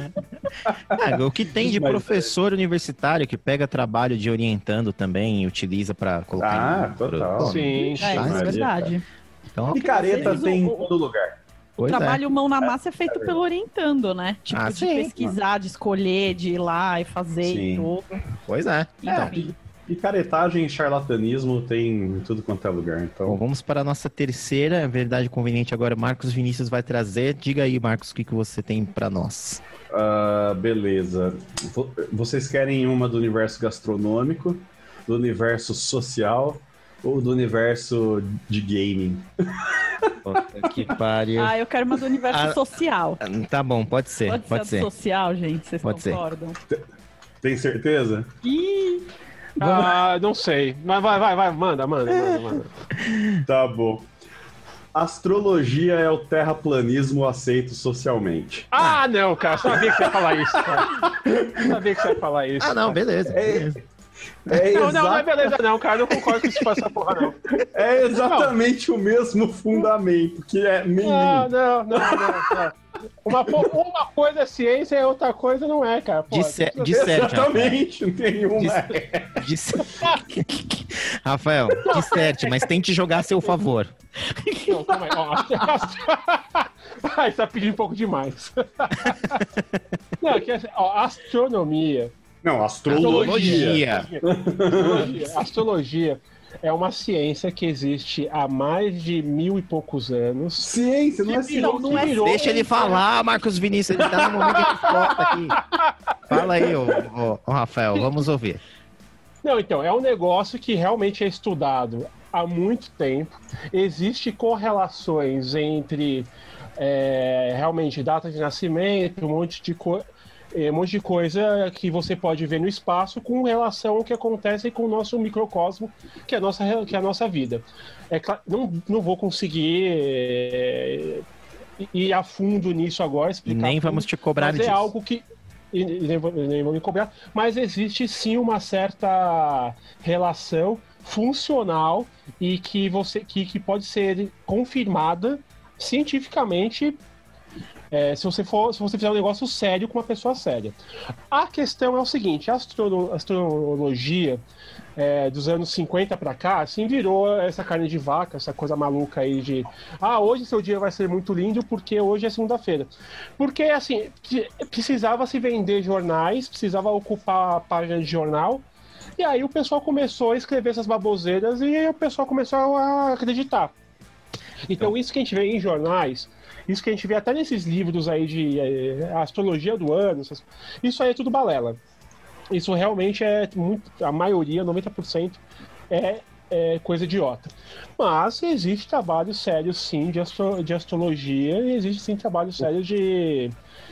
Ah, o que tem de Mas, professor universitário que pega trabalho de orientando também e utiliza pra colocar Ah, em... total. Pô, Sim, É, sim. isso é Maria, verdade. Então, Picareta Vocês, tem em o- todo lugar. O pois é. trabalho mão na massa é feito pelo orientando, né? Tipo, Ah, de sim. pesquisar, de escolher, de ir lá e fazer Sim. e tudo. Pois é. É, Então, pi- picaretagem e charlatanismo tem em tudo quanto é lugar. bom, Então, vamos para a nossa terceira verdade conveniente agora. Marcos Vinícius vai trazer. Diga aí, Marcos, o que, que você tem para nós? ah, beleza. Vo- Vocês querem uma do universo gastronômico, do universo social ou do universo de gaming? Puta que pariu. Ah, eu quero uma do universo Ah, social. Tá bom, pode ser, Pode, pode ser ser. a do social, gente? Vocês Pode ser. concordam? Tem certeza? Ih, Ah, não sei. Mas vai, vai, vai, manda, manda, manda, manda. Tá bom. Astrologia é o terraplanismo aceito socialmente. Ah, não, cara. Sabia que você ia falar isso, cara. Sabia que você ia falar isso. Ah, não, cara. beleza. beleza. É, Não, não, não é exa- beleza, não, cara. Eu não concordo com isso com essa porra, não. é exatamente o mesmo fundamento, que é Não, nenhum. não, não, não, não. Uma, po- uma coisa é ciência e outra coisa não é, cara. Pô, Disse- não- disse- certo, Exatamente, nenhuma. Dis- dis- Rafael, disserte, mas tente jogar a seu favor. Não, calma aí. Ó, Ai, você tá pedindo um pouco demais. Não, que, assim, ó, astronomia. Não, astrologia. Astrologia. Astrologia é uma ciência que existe há mais de mil e poucos anos. Ciência, não é Que ciência. virou- não é- que virou- Deixa ele falar, Marcos Vinícius, ele tá no momento de resposta aqui. Fala aí, ô, ô, ô, Rafael, vamos ouvir. Não, então, é um negócio que realmente é estudado há muito tempo. Existem correlações entre é, realmente data de nascimento, um monte de coisa. Um monte de coisa que você pode ver no espaço com relação ao que acontece com o nosso microcosmo, que é a nossa, que é a nossa vida. É claro, não, não vou conseguir é, ir a fundo nisso agora, E explicar nem tudo, vamos te cobrar mas disso. é algo que e nem vou, nem vou me cobrar, mas existe sim uma certa relação funcional e que você que, que pode ser confirmada cientificamente é, se você for se você fizer um negócio sério com uma pessoa séria. A questão é o seguinte: a astro, astrologia é, dos anos cinquenta para cá, assim, virou essa carne de vaca, essa coisa maluca aí de ah, hoje seu dia vai ser muito lindo porque hoje é segunda-feira. Porque, assim, precisava se vender jornais, precisava ocupar a página de jornal, e aí o pessoal começou a escrever essas baboseiras e o pessoal começou a acreditar. Então, isso que a gente vê em jornais, isso que a gente vê até nesses livros aí de é, astrologia do ano, essas, isso aí é tudo balela. Isso realmente é muito, a maioria, noventa por cento, é, é coisa idiota. Mas existe trabalho sério, sim, de, astro, de astrologia, e existe, sim, trabalho sério de...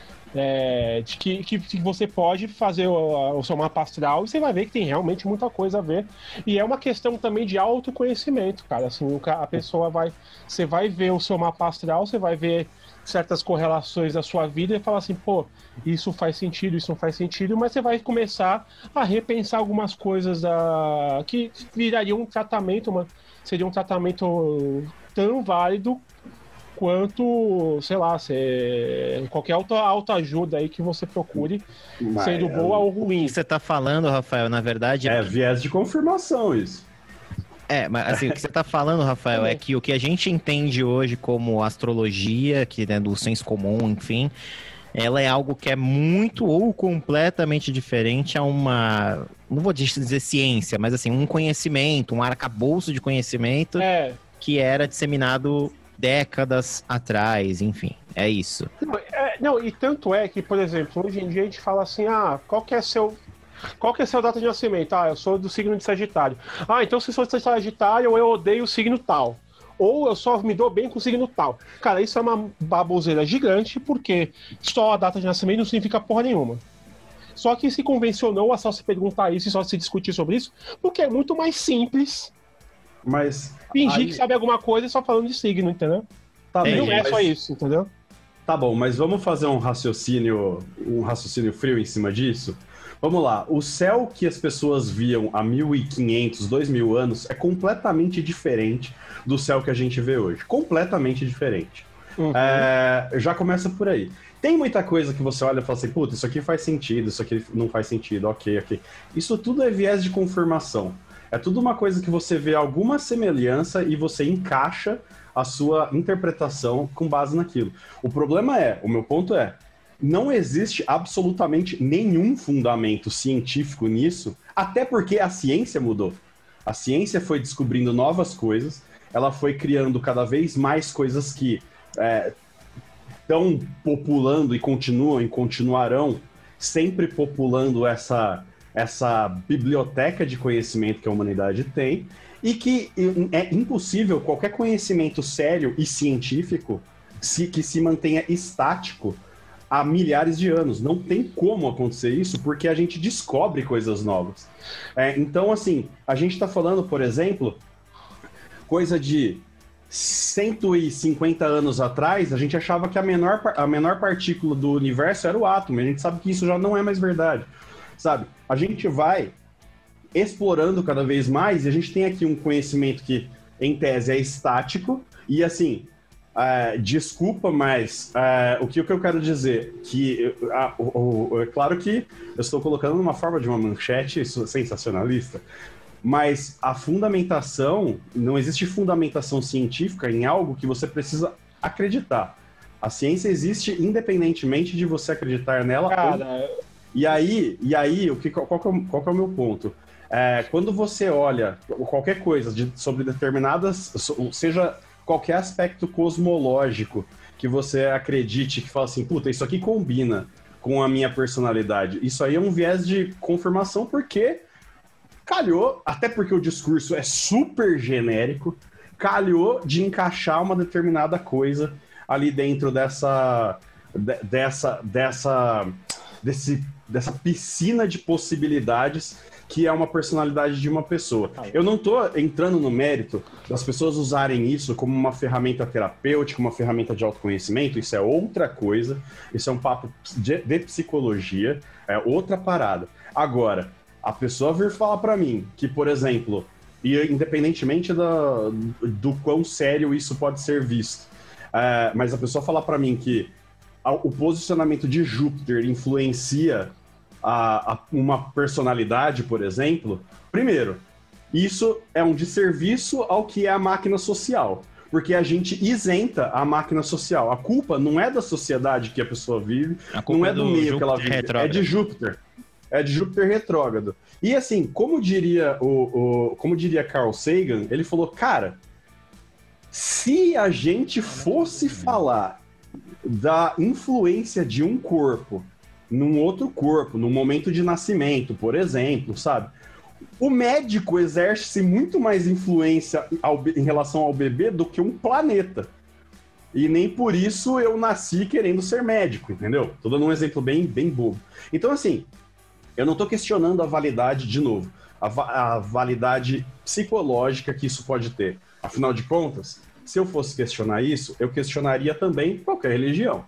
É, de que, que, que você pode fazer o, o seu mapa astral e você vai ver que tem realmente muita coisa a ver. E é uma questão também de autoconhecimento, cara. Assim, o, a pessoa vai... Você vai ver o seu mapa astral, você vai ver certas correlações da sua vida e falar assim, pô, isso faz sentido, isso não faz sentido, mas você vai começar a repensar algumas coisas da... que viraria um tratamento, uma... seria um tratamento tão válido quanto, sei lá, se... qualquer auto, autoajuda aí que você procure, Mas sendo é- boa ou O ruim. que você tá falando, Rafael, na verdade... É viés de confirmação isso. É, mas assim, o que você tá falando, Rafael, é que o que a gente entende hoje como astrologia, que é do senso comum, enfim, ela é algo que é muito ou completamente diferente a uma, não vou dizer ciência, mas assim, um conhecimento, um arcabouço de conhecimento É, que era disseminado décadas atrás, enfim, é isso. não, é, não, e tanto é que, por exemplo, hoje em dia a gente fala assim, ah, qual que é seu... Qual que é a sua data de nascimento? Ah, eu sou do signo de Sagitário. Ah, então se sou de Sagitário, eu odeio o signo tal. Ou eu só me dou bem com o signo tal. Cara, isso é uma baboseira gigante, porque só a data de nascimento não significa porra nenhuma. Só que se convencionou a só se perguntar isso e só se discutir sobre isso, porque é muito mais simples Mas. fingir aí- que sabe alguma coisa só falando de signo, entendeu? Tá E bem, não é mas- só isso, entendeu? Tá bom, mas vamos fazer um raciocínio, um raciocínio frio em cima disso? Vamos lá, o céu que as pessoas viam há mil e quinhentos, dois mil anos é completamente diferente do céu que a gente vê hoje. Completamente diferente. Uhum. É, já começa por aí. Tem muita coisa que você olha e fala assim, puta, isso aqui faz sentido, isso aqui não faz sentido, ok, ok. Isso tudo é viés de confirmação. É tudo uma coisa que você vê alguma semelhança e você encaixa a sua interpretação com base naquilo. O problema é, o meu ponto é, não existe absolutamente nenhum fundamento científico nisso, até porque a ciência mudou. A ciência foi descobrindo novas coisas, ela foi criando cada vez mais coisas que estão é, populando e continuam e continuarão sempre populando essa, essa biblioteca de conhecimento que a humanidade tem, e que é impossível qualquer conhecimento sério e científico se, que se mantenha estático há milhares de anos. Não tem como acontecer isso, porque a gente descobre coisas novas. É, então, assim, a gente está falando, por exemplo, coisa de cento e cinquenta anos atrás, a gente achava que a menor, a menor partícula do universo era o átomo, e a gente sabe que isso já não é mais verdade, sabe? A gente vai explorando cada vez mais, e a gente tem aqui um conhecimento que, em tese, é estático, e assim... Uh, desculpa, mas uh, o, que, o que eu quero dizer que uh, uh, uh, é claro que eu estou colocando numa forma de uma manchete sensacionalista, mas a fundamentação, não existe fundamentação científica em algo que você precisa acreditar. A ciência existe independentemente de você acreditar nela. Cara... Ou... E aí, e aí o que, qual, que é o, qual que é o meu ponto? É, quando você olha qualquer coisa de, sobre determinadas, seja... qualquer aspecto cosmológico que você acredite, que fala assim, puta, isso aqui combina com a minha personalidade. Isso aí é um viés de confirmação, porque calhou, até porque o discurso é super genérico, calhou de encaixar uma determinada coisa ali dentro dessa, de, dessa, dessa, desse, dessa piscina de possibilidades que é uma personalidade de uma pessoa. Eu não tô entrando no mérito das pessoas usarem isso como uma ferramenta terapêutica, uma ferramenta de autoconhecimento, isso é outra coisa, isso é um papo de, de psicologia, é outra parada. Agora, a pessoa vir falar pra mim que, por exemplo, e independentemente da, do quão sério isso pode ser visto, é, mas a pessoa falar pra mim que a, o posicionamento de Júpiter influencia A, a uma personalidade, por exemplo, primeiro, isso é um desserviço ao que é a máquina social, porque a gente isenta a máquina social. A culpa não é da sociedade que a pessoa vive, não é do, do meio que ela vive, retrógrado. É de Júpiter. É de Júpiter retrógrado. E assim, como diria o, o como diria Carl Sagan, ele falou, cara, se a gente fosse falar da influência de um corpo num outro corpo, num momento de nascimento, por exemplo, sabe? O médico exerce muito mais influência ao, em relação ao bebê do que um planeta. E nem por isso eu nasci querendo ser médico, entendeu? Tô dando um exemplo bem, bem bobo. Então, assim, eu não tô questionando a validade, de novo, a, va- a validade psicológica que isso pode ter. Afinal de contas, se eu fosse questionar isso, eu questionaria também qualquer religião.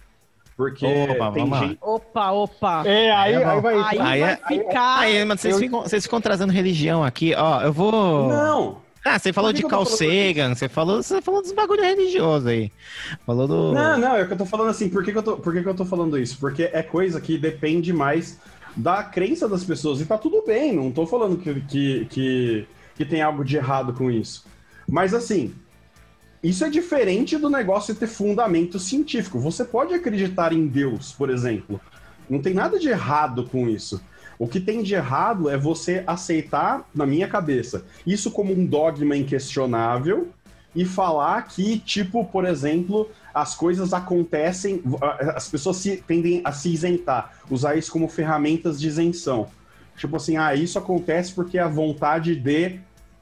Porque opa, tem gente... Opa, opa. É, aí, aí vai... Aí, aí vai é... ficar... Aí, mas vocês, eu... ficam, vocês ficam trazendo religião aqui, ó, eu vou... Não! Ah, você falou de Carl Sagan, você falou, você falou dos bagulho religioso aí. Falou do... Não, não, é o que eu tô falando assim, por que, que, eu, tô, por que, que eu tô falando isso? Porque é coisa que depende mais da crença das pessoas, e tá tudo bem, não tô falando que, que, que, que tem algo de errado com isso. Mas assim... Isso é diferente do negócio de ter fundamento científico. Você pode acreditar em Deus, por exemplo. Não tem nada de errado com isso. O que tem de errado é você aceitar, na minha cabeça, isso como um dogma inquestionável e falar que, tipo, por exemplo, as coisas acontecem, as pessoas se, tendem a se isentar, usar isso como ferramentas de isenção. Tipo assim, ah, isso acontece porque a vontade de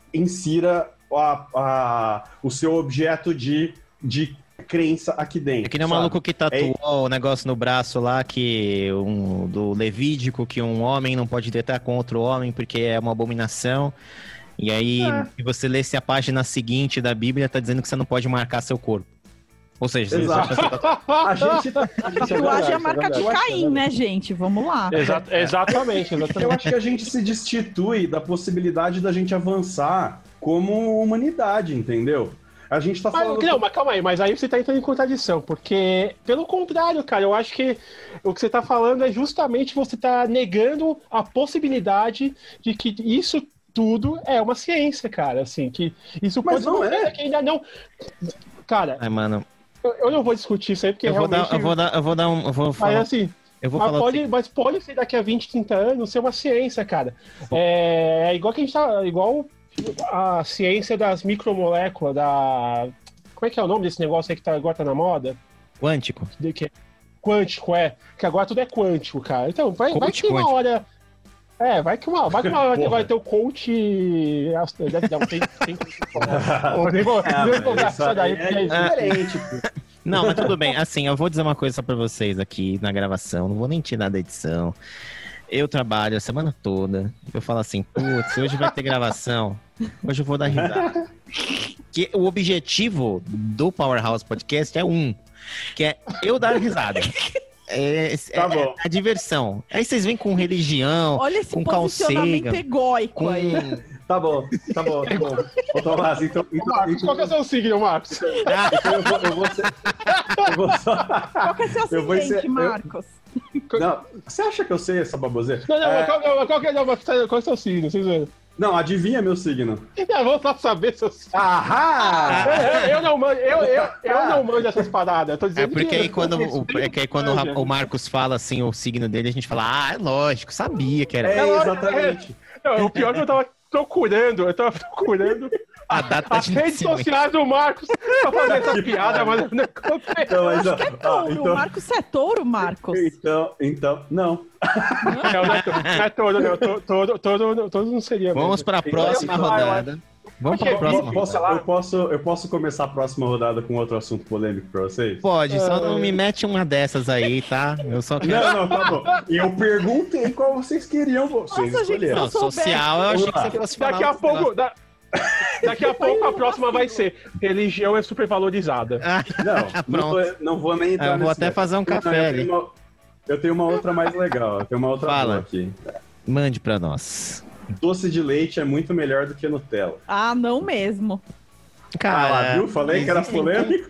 insira A, a, o seu objeto de, de crença aqui dentro. É que nem o maluco que tatuou é... o negócio no braço lá, que um, do Levítico, que um homem não pode deitar com outro homem porque é uma abominação. E aí, é. se você lesse a página seguinte da Bíblia, tá dizendo que você não pode marcar seu corpo. Ou seja, exato. Você tá... a gente tá... A tatuagem é a marca de Caim, né, gente? Vamos lá. Exa- exatamente, exatamente. Eu acho que a gente se destitui da possibilidade da gente avançar como humanidade, entendeu? A gente tá Mas, falando... não, mas calma aí, mas aí você tá entrando em contradição, porque, pelo contrário, cara, eu acho que o que você tá falando é justamente você tá negando a possibilidade de que isso tudo é uma ciência, cara, assim, que isso Mas pode não ser é. que ainda não... Cara, Ai, mano, eu, eu não vou discutir isso aí, porque eu vou, realmente... dar, eu vou dar, eu vou dar um, eu vou Mas falar, assim, eu vou mas falar pode, assim, mas pode ser daqui a vinte, trinta anos ser uma ciência, cara. É, é igual que a gente tá, igual a ciência das micromoléculas, da... Como é que é o nome desse negócio aí que tá, agora tá na moda? quântico. De que é quântico, é. Que agora tudo é quântico, cara. Então, vai, vai Coach que uma quântico. hora... É, vai que uma, vai que uma hora que Porra. vai ter o coach... Deve dar, tem, tem... Pô, nem vou, Ah, nem vou mas gastar isso daí, aí porque é é isso. diferente, pô. Não, mas tudo bem. Assim, eu vou dizer uma coisa só pra vocês aqui na gravação. Não vou nem tirar da edição. Eu trabalho a semana toda. Eu falo assim, putz, hoje vai ter gravação. Hoje eu vou dar risada. Que o objetivo do Powerhouse Podcast é um. Que é eu dar risada. É, Tá é- bom. é a diversão. Aí vocês vêm com religião, Olha esse com posicionamento calcega, egóico com... aí. Tá bom, tá bom, tá bom. Ô, Tomás, então... então, Marcos, então- qual que é o seu signo, Marcos? então eu vou, eu vou ser... Eu vou só... Qual que é seu Eu vou acidente, ser- eu- Marcos? Não, você acha que eu sei essa baboseira? Não, não, É, mas qual, não, mas qual que é, não, mas qual é o seu signo? Vocês viram? não, adivinha meu signo. Não, vamos só saber seu signo. Ahá! Eu, eu não manjo, eu, eu, eu não manjo essas paradas. Eu tô É dizendo porque que- aí quando, o, é que aí quando o, Ra- o Marcos fala assim o signo dele, a gente fala, ah, é lógico, sabia que era. É, Não, exatamente. Não, o pior é que eu tava procurando, eu tava procurando A data as de redes nascimento. sociais do Marcos pra fazer essa piada, mas eu não encontrei. Então, mas, ó, É ó, touro, então, Marcos é touro, Marcos. então, então, não. Não, não é todo, não é todo, não. to- Todo, todo, todo não seria. Vamos mesmo. para a próxima Então, rodada. Vamos para a Ok, próxima Posso, rodada. eu, posso, eu posso começar a próxima rodada com outro assunto polêmico pra vocês? Pode, só não me mete uma dessas aí, tá? Eu só quero. Não, não, tá bom. E eu perguntei qual vocês queriam, vocês Nossa, gente, escolheram. Não, social, eu achei que você fosse falar. Daqui a uns pouco. negócios. da- Daqui a pouco a próxima vai ser religião é supervalorizada. Ah, Não, não, Pronto. vou, não vou nem entrar Eu vou nesse até mérito. fazer um Não, café eu ali. tenho uma- Eu tenho uma outra mais legal. Eu tenho uma outra Fala. boa aqui. Mande pra nós. Doce de leite é muito melhor do que Nutella. Ah, não mesmo. Ah, lá, Cara, viu? Falei que era existem- polêmico.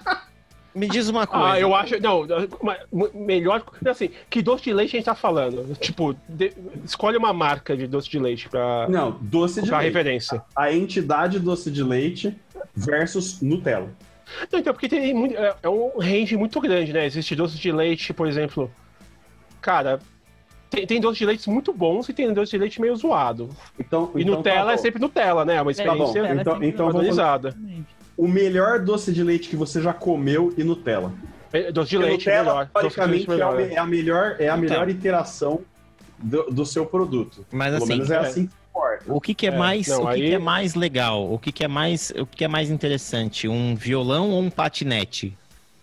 Me diz uma coisa. Ah, eu acho. Não, mas, melhor. Assim, que doce de leite a gente tá falando? Tipo, de- escolhe uma marca de doce de leite pra, Não, doce de pra leite. referência. A entidade doce de leite versus Nutella. Não, então, porque tem muito, é, é um range muito grande, né? Existe doce de leite, por exemplo. Cara, tem, tem doce de leite muito bons e tem doce de leite meio zoado. Então, E então Nutella tá é bom. sempre Nutella, né? É uma Tá bom. experiência Ela é Então, sempre então vamos valorizada. o melhor doce de leite que você já comeu e Nutella. É, Doce de Porque leite Nutella, melhor. Doce de leite teoricamente, é, melhor, a, é. é a melhor, é a melhor Então. iteração do, do seu produto. Mas Pelo assim, menos é é. assim que importa. o que, que é, É, mais, não, o que, aí- que é mais legal? O que, que é mais, o que, que é mais interessante? Um violão ou um patinete?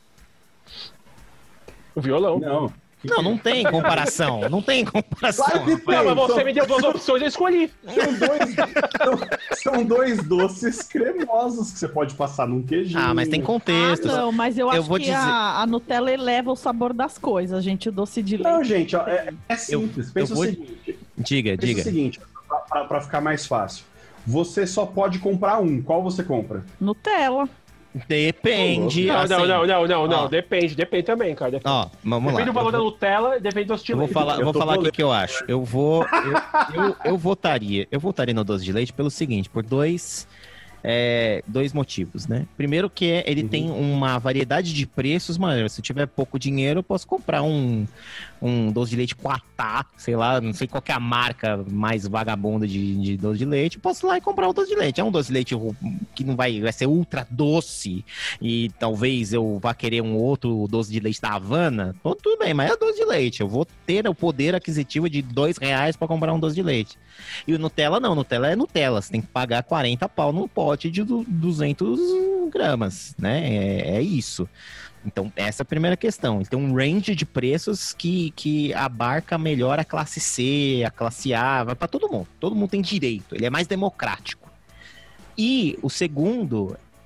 O violão. Não. Não, não tem comparação. Não tem comparação. Claro que Rafael. Não, mas você São- me deu duas opções, eu escolhi. São dois, são, são dois doces cremosos que você pode passar num queijinho. Ah, mas tem Ah, contextos. não, mas eu, Eu acho vou que dizer- a, a Nutella eleva o sabor das coisas, gente. O doce de leite. Não, gente, ó, é, é simples. Pensa eu vou- o seguinte. Diga, Pensa diga. o seguinte, pra, pra- pra ficar mais fácil. Você só pode comprar um. Qual você compra? Nutella. Depende. Não, assim, não, não, não, não, não. ó. Depende, depende também, cara. Depende, Ó, vamos lá. depende do valor Eu da vou- Nutella, depende do doce de Eu vou leite. falar, Eu vou tô falar o que, polêmico. que eu acho. Eu vou. Eu, eu, eu votaria. Eu votaria no doce de leite pelo seguinte, por dois. é, dois motivos, né? Primeiro que é, ele Uhum. tem uma variedade de preços maior. Se eu tiver pouco dinheiro, eu posso comprar um, um doce de leite Quatá, sei lá, não sei qual que é a marca mais vagabunda de, de doce de leite. Eu posso ir lá e comprar um doce de leite. É um doce de leite ru- que não vai, vai ser ultra doce e talvez eu vá querer um outro doce de leite da Havana. Então, tudo bem, mas é doce de leite. Eu vou ter o poder aquisitivo de dois reais para comprar um doce de leite. E o Nutella não, Nutella é Nutella. Você tem que pagar quarenta pau num pote de du- duzentos gramas, né? É, é isso. Então, essa é a primeira questão. Ele tem um range de preços que, que abarca melhor a classe C, a classe A, vai para todo mundo. Todo mundo tem direito. Ele é mais democrático. E o segundo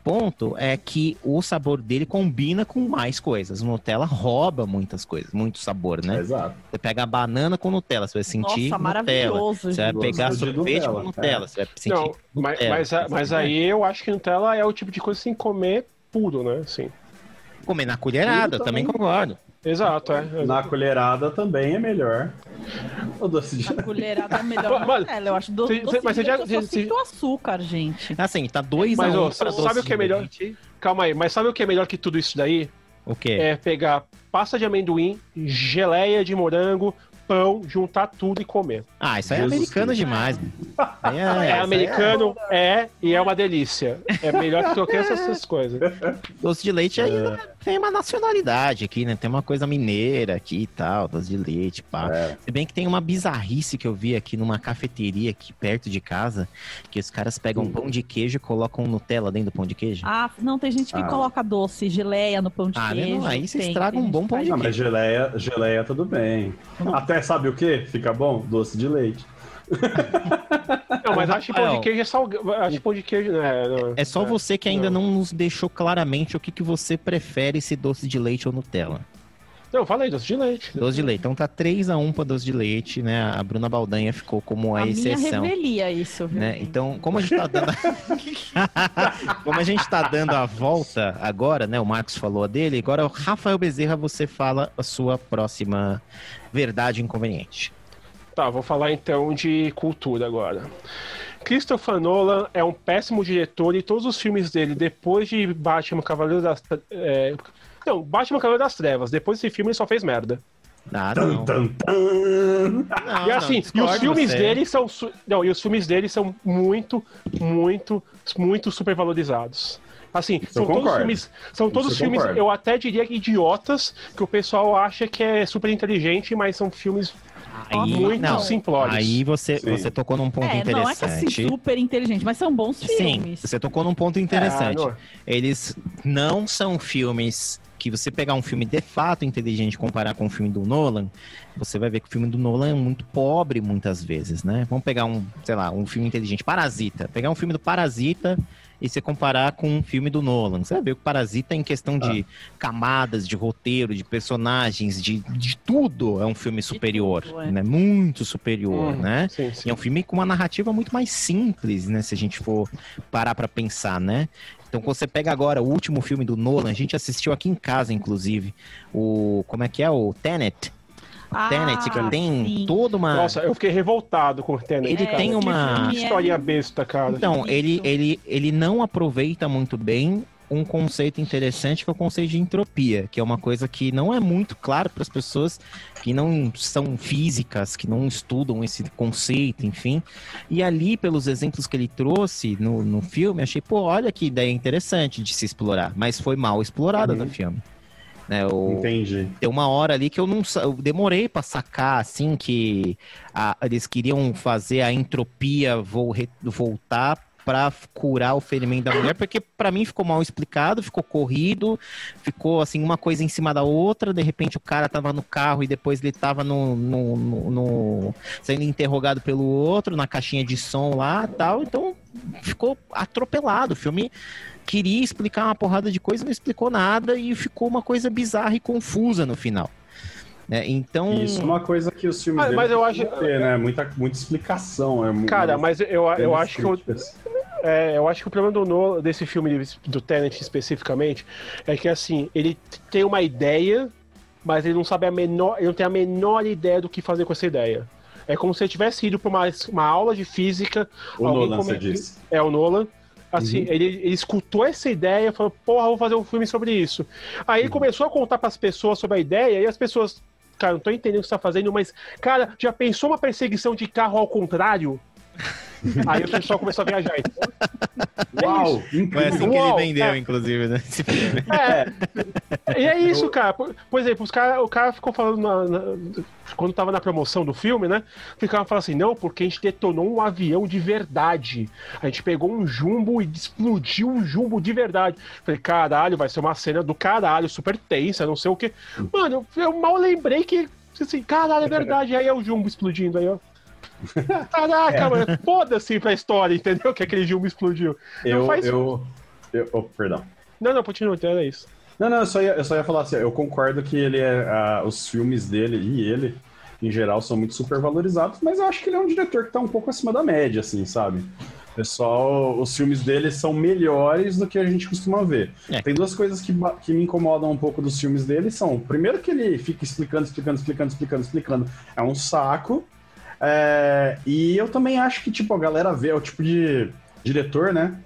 ponto é que o sabor dele combina com mais coisas. Nutella rouba muitas coisas, muito sabor, né? Exato. Você pega a banana com Nutella, você vai sentir Nossa, Nutella. maravilhoso, Você vai gente. pegar Gosto de sorvete Nutella, com Nutella, é. você vai sentir Não, mas, Nutella. mas, a- mas aí eu acho que Nutella é o tipo de coisa sem comer puro, né? Assim. Comer na colherada, Tudo também também. concordo. Exato, é. Na colherada também é melhor. O doce de A colherada é melhor Mas- Nutella, eu acho. Do, Cê- doce cê- mas de você já- leite eu só cê- sinto açúcar, gente. Assim, tá dois Mas, a um ô, pra sabe doce o que é de melhor? leite. Calma aí, mas sabe o que é melhor que tudo isso daí? O quê? É pegar pasta de amendoim, geleia de morango, pão, juntar tudo e comer. Ah, isso aí é Jesus americano Cristo. demais. mano. Aí É, isso aí americano, é, e é uma delícia. É melhor que qualquer essas coisas. Doce de leite aí tem uma nacionalidade aqui, né? Tem uma coisa mineira aqui e tal, doce de leite, pá. É. Se bem que tem uma bizarrice que eu vi aqui numa cafeteria aqui perto de casa, que os caras pegam um pão de queijo e colocam Nutella dentro do pão de queijo. Ah, não, tem gente que Ah. coloca doce, geleia no pão de Ah, queijo. não, aí você tem, estraga tem um gente bom que pão faz de Ah, isso. mas geleia, geleia tudo bem. Até sabe o que? Fica bom? Doce de leite. Não, mas acho que pão Rafael. de queijo é salgado. Acho que pão de queijo, né? não- É só é. você que ainda não. não nos deixou claramente o que, que você prefere, se doce de leite ou Nutella. Não, falei, doce de leite. Doce de leite. Então tá três a um pra doce de leite, né? A Bruna Baldanha ficou como a, A minha exceção. revelia isso, viu? Né? gente? Então, como a gente tá dando como a gente tá dando a volta agora, né? O Marcos falou a dele, agora o Rafael Bezerra, você fala a sua próxima verdade inconveniente. Tá, vou falar então de cultura agora. Christopher Nolan é um péssimo diretor e todos os filmes dele, depois de Batman Cavaleiro das... É... Não, Batman Cavaleiro das Trevas, depois desse filme ele só fez merda. Nada, Tan, não. tan, tan. Não, e assim, não, e os discordo filmes você. dele são... su- Não, e os filmes dele são muito, muito, muito supervalorizados. Assim, são todos concordo. filmes, são todos Isso eu filmes, concordo. eu até diria que idiotas, que o pessoal acha que é super inteligente, mas são filmes Aí, muito não. simplórios. Aí você, Sim. você tocou num ponto É, não é que interessante. assim, super inteligente, mas são bons Sim, filmes. você tocou num ponto interessante. Ah, não. Eles não são filmes que você pegar um filme de fato inteligente e comparar com o filme do Nolan, você vai ver que o filme do Nolan é muito pobre muitas vezes, né? Vamos pegar um, sei lá, um filme inteligente, Parasita. Pegar um filme do Parasita e você comparar com um filme do Nolan. Você vai ver que o Parasita, em questão de camadas, de roteiro, de personagens, de, de tudo, é um filme superior, tudo, é. né? Muito superior, Hum, né? Sim, E sim. é um filme com uma narrativa muito mais simples, né? Se a gente for parar pra pensar, né? Então, quando você pega agora o último filme do Nolan, a gente assistiu aqui em casa, inclusive, o... Como é que é? O Tenet. Ah, Tenet, que tem sim. toda uma... Nossa, eu fiquei revoltado com o Tenet. Ele cara. tem Que uma- filme, que historinha besta, cara. Então, ele, Isso. ele, ele não aproveita muito bem um conceito interessante que é o conceito de entropia, que é uma coisa que não é muito claro para as pessoas que não são físicas, que não estudam esse conceito, enfim. E ali, pelos exemplos que ele trouxe no, no filme, achei, pô, olha que ideia interessante de se explorar, mas foi mal explorada Uhum. no filme. Né, o, Entendi. tem uma hora ali que eu não sa- eu demorei pra sacar, assim, que a- eles queriam fazer a entropia vol- re- voltar pra curar o ferimento da mulher, porque pra mim ficou mal explicado, ficou corrido, ficou, assim, uma coisa em cima da outra, de repente o cara tava no carro e depois ele tava no, no- no- no- sendo interrogado pelo outro, na caixinha de som lá e tal, então ficou atropelado, o filme queria explicar uma porrada de coisa, não explicou nada e ficou uma coisa bizarra e confusa no final. Né? Então, Isso é uma coisa que os filmes Mas- dele mas eu costumam acho- ter, né? Muita, muita explicação. É uma Cara, das mas eu, eu grandes acho que eu, críticas. é, eu acho que o problema do Nolan, desse filme do Tenet especificamente, é que assim, ele tem uma ideia, mas ele não sabe a menor, ele não tem a menor ideia do que fazer com essa ideia. É como se ele tivesse ido para uma, uma aula de física. O alguém Nolan, come- você disse. É, o Nolan. Assim, Uhum. ele, ele escutou essa ideia e falou, porra, vou fazer um filme sobre isso. Aí ele começou a contar para as pessoas sobre a ideia e as pessoas, cara, não tô entendendo o que você tá fazendo, mas, cara, já pensou uma perseguição de carro ao contrário? Aí o pessoal começou a viajar. Entendeu? Uau! foi Incrível! assim que Uau, ele vendeu, é. inclusive, né? Esse filme. É, e é isso, cara. Por, por exemplo, os cara, o cara ficou falando na- na- quando tava na promoção do filme, né? Ficava falando assim, não, porque a gente detonou um avião de verdade. A gente pegou um jumbo e explodiu um jumbo de verdade. Falei, caralho, vai ser uma cena do caralho, super tensa, não sei o quê. Mano, eu, eu mal lembrei que, assim, caralho, é verdade. Aí é o jumbo explodindo aí, ó. Caraca, É. mano, foda-se pra história, entendeu? Que aquele jumbo explodiu. Não Eu, faz- eu, Eu, oh, perdão. Não, não, continua, então era isso. Não, não, eu só ia, eu só ia falar assim, eu concordo que ele é, uh, os filmes dele e ele, em geral, são muito supervalorizados, mas eu acho que ele é um diretor que tá um pouco acima da média, assim, sabe? Pessoal, os filmes dele são melhores do que a gente costuma ver. É. Tem duas coisas que, que me incomodam um pouco dos filmes dele, são, primeiro que ele fica explicando, explicando, explicando, explicando, explicando, é um saco, é, e eu também acho que, tipo, a galera vê, é o tipo de diretor, né?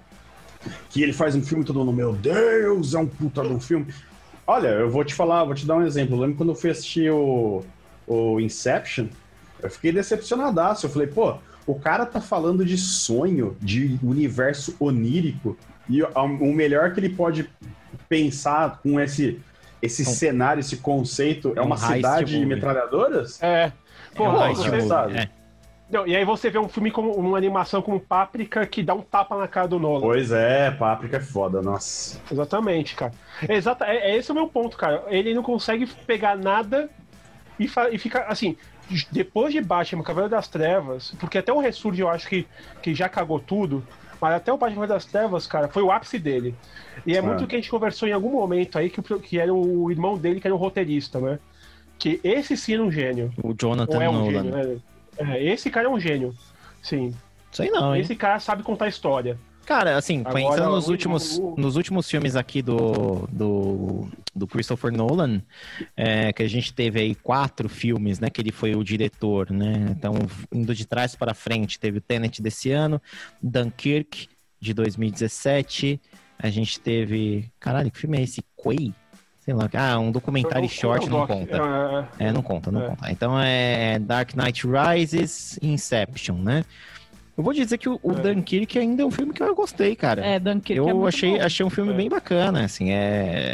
Que ele faz um filme todo mundo, meu Deus, é um puta de um filme. Olha, eu vou te falar, vou te dar um exemplo. Eu lembro quando eu fui assistir o, o Inception, eu fiquei decepcionadaço. Eu falei, pô, o cara tá falando de sonho, de universo onírico, e o melhor que ele pode pensar com esse, esse um, cenário, esse conceito, é uma um cidade de metralhadoras? É. Pô, é um pô você sabe. É. Não, e aí você vê um filme com uma animação como Páprica que dá um tapa na cara do Nolan. Pois é, Páprica é foda, nossa. Exatamente, cara. É, exata, é, é esse o meu ponto, cara. Ele não consegue pegar nada e, fa, e fica, assim, depois de Batman, Cavaleiro das Trevas, porque até o Ressurge eu acho que, que já cagou tudo, mas até o Batman das Trevas, cara, foi o ápice dele. E é, é. muito o que a gente conversou em algum momento aí, que, que era o irmão dele, que era um roteirista, né? Que esse sim era um gênio. O Jonathan é um Nolan. Gênio, né? É, esse cara é um gênio, sim. Sei não, hein? Esse cara sabe contar história. Cara, assim, Agora, pensando nos o, últimos, o, o... nos últimos filmes aqui do, do, do Christopher Nolan, é, que a gente teve aí quatro filmes, né, que ele foi o diretor, né? Então, indo de trás para frente, teve o Tenet desse ano, Dunkirk, de dois mil e dezessete, a gente teve... Caralho, que filme é esse? Quay? Sei lá, ah, um documentário não, short não, não conta. É, é, não conta, não é. conta. Então é Dark Knight Rises e Inception, né? Eu vou dizer que o, o é. Dunkirk ainda é um filme que eu gostei, cara. É, Dunkirk eu é muito achei, bom. achei um filme é. bem bacana, assim, é...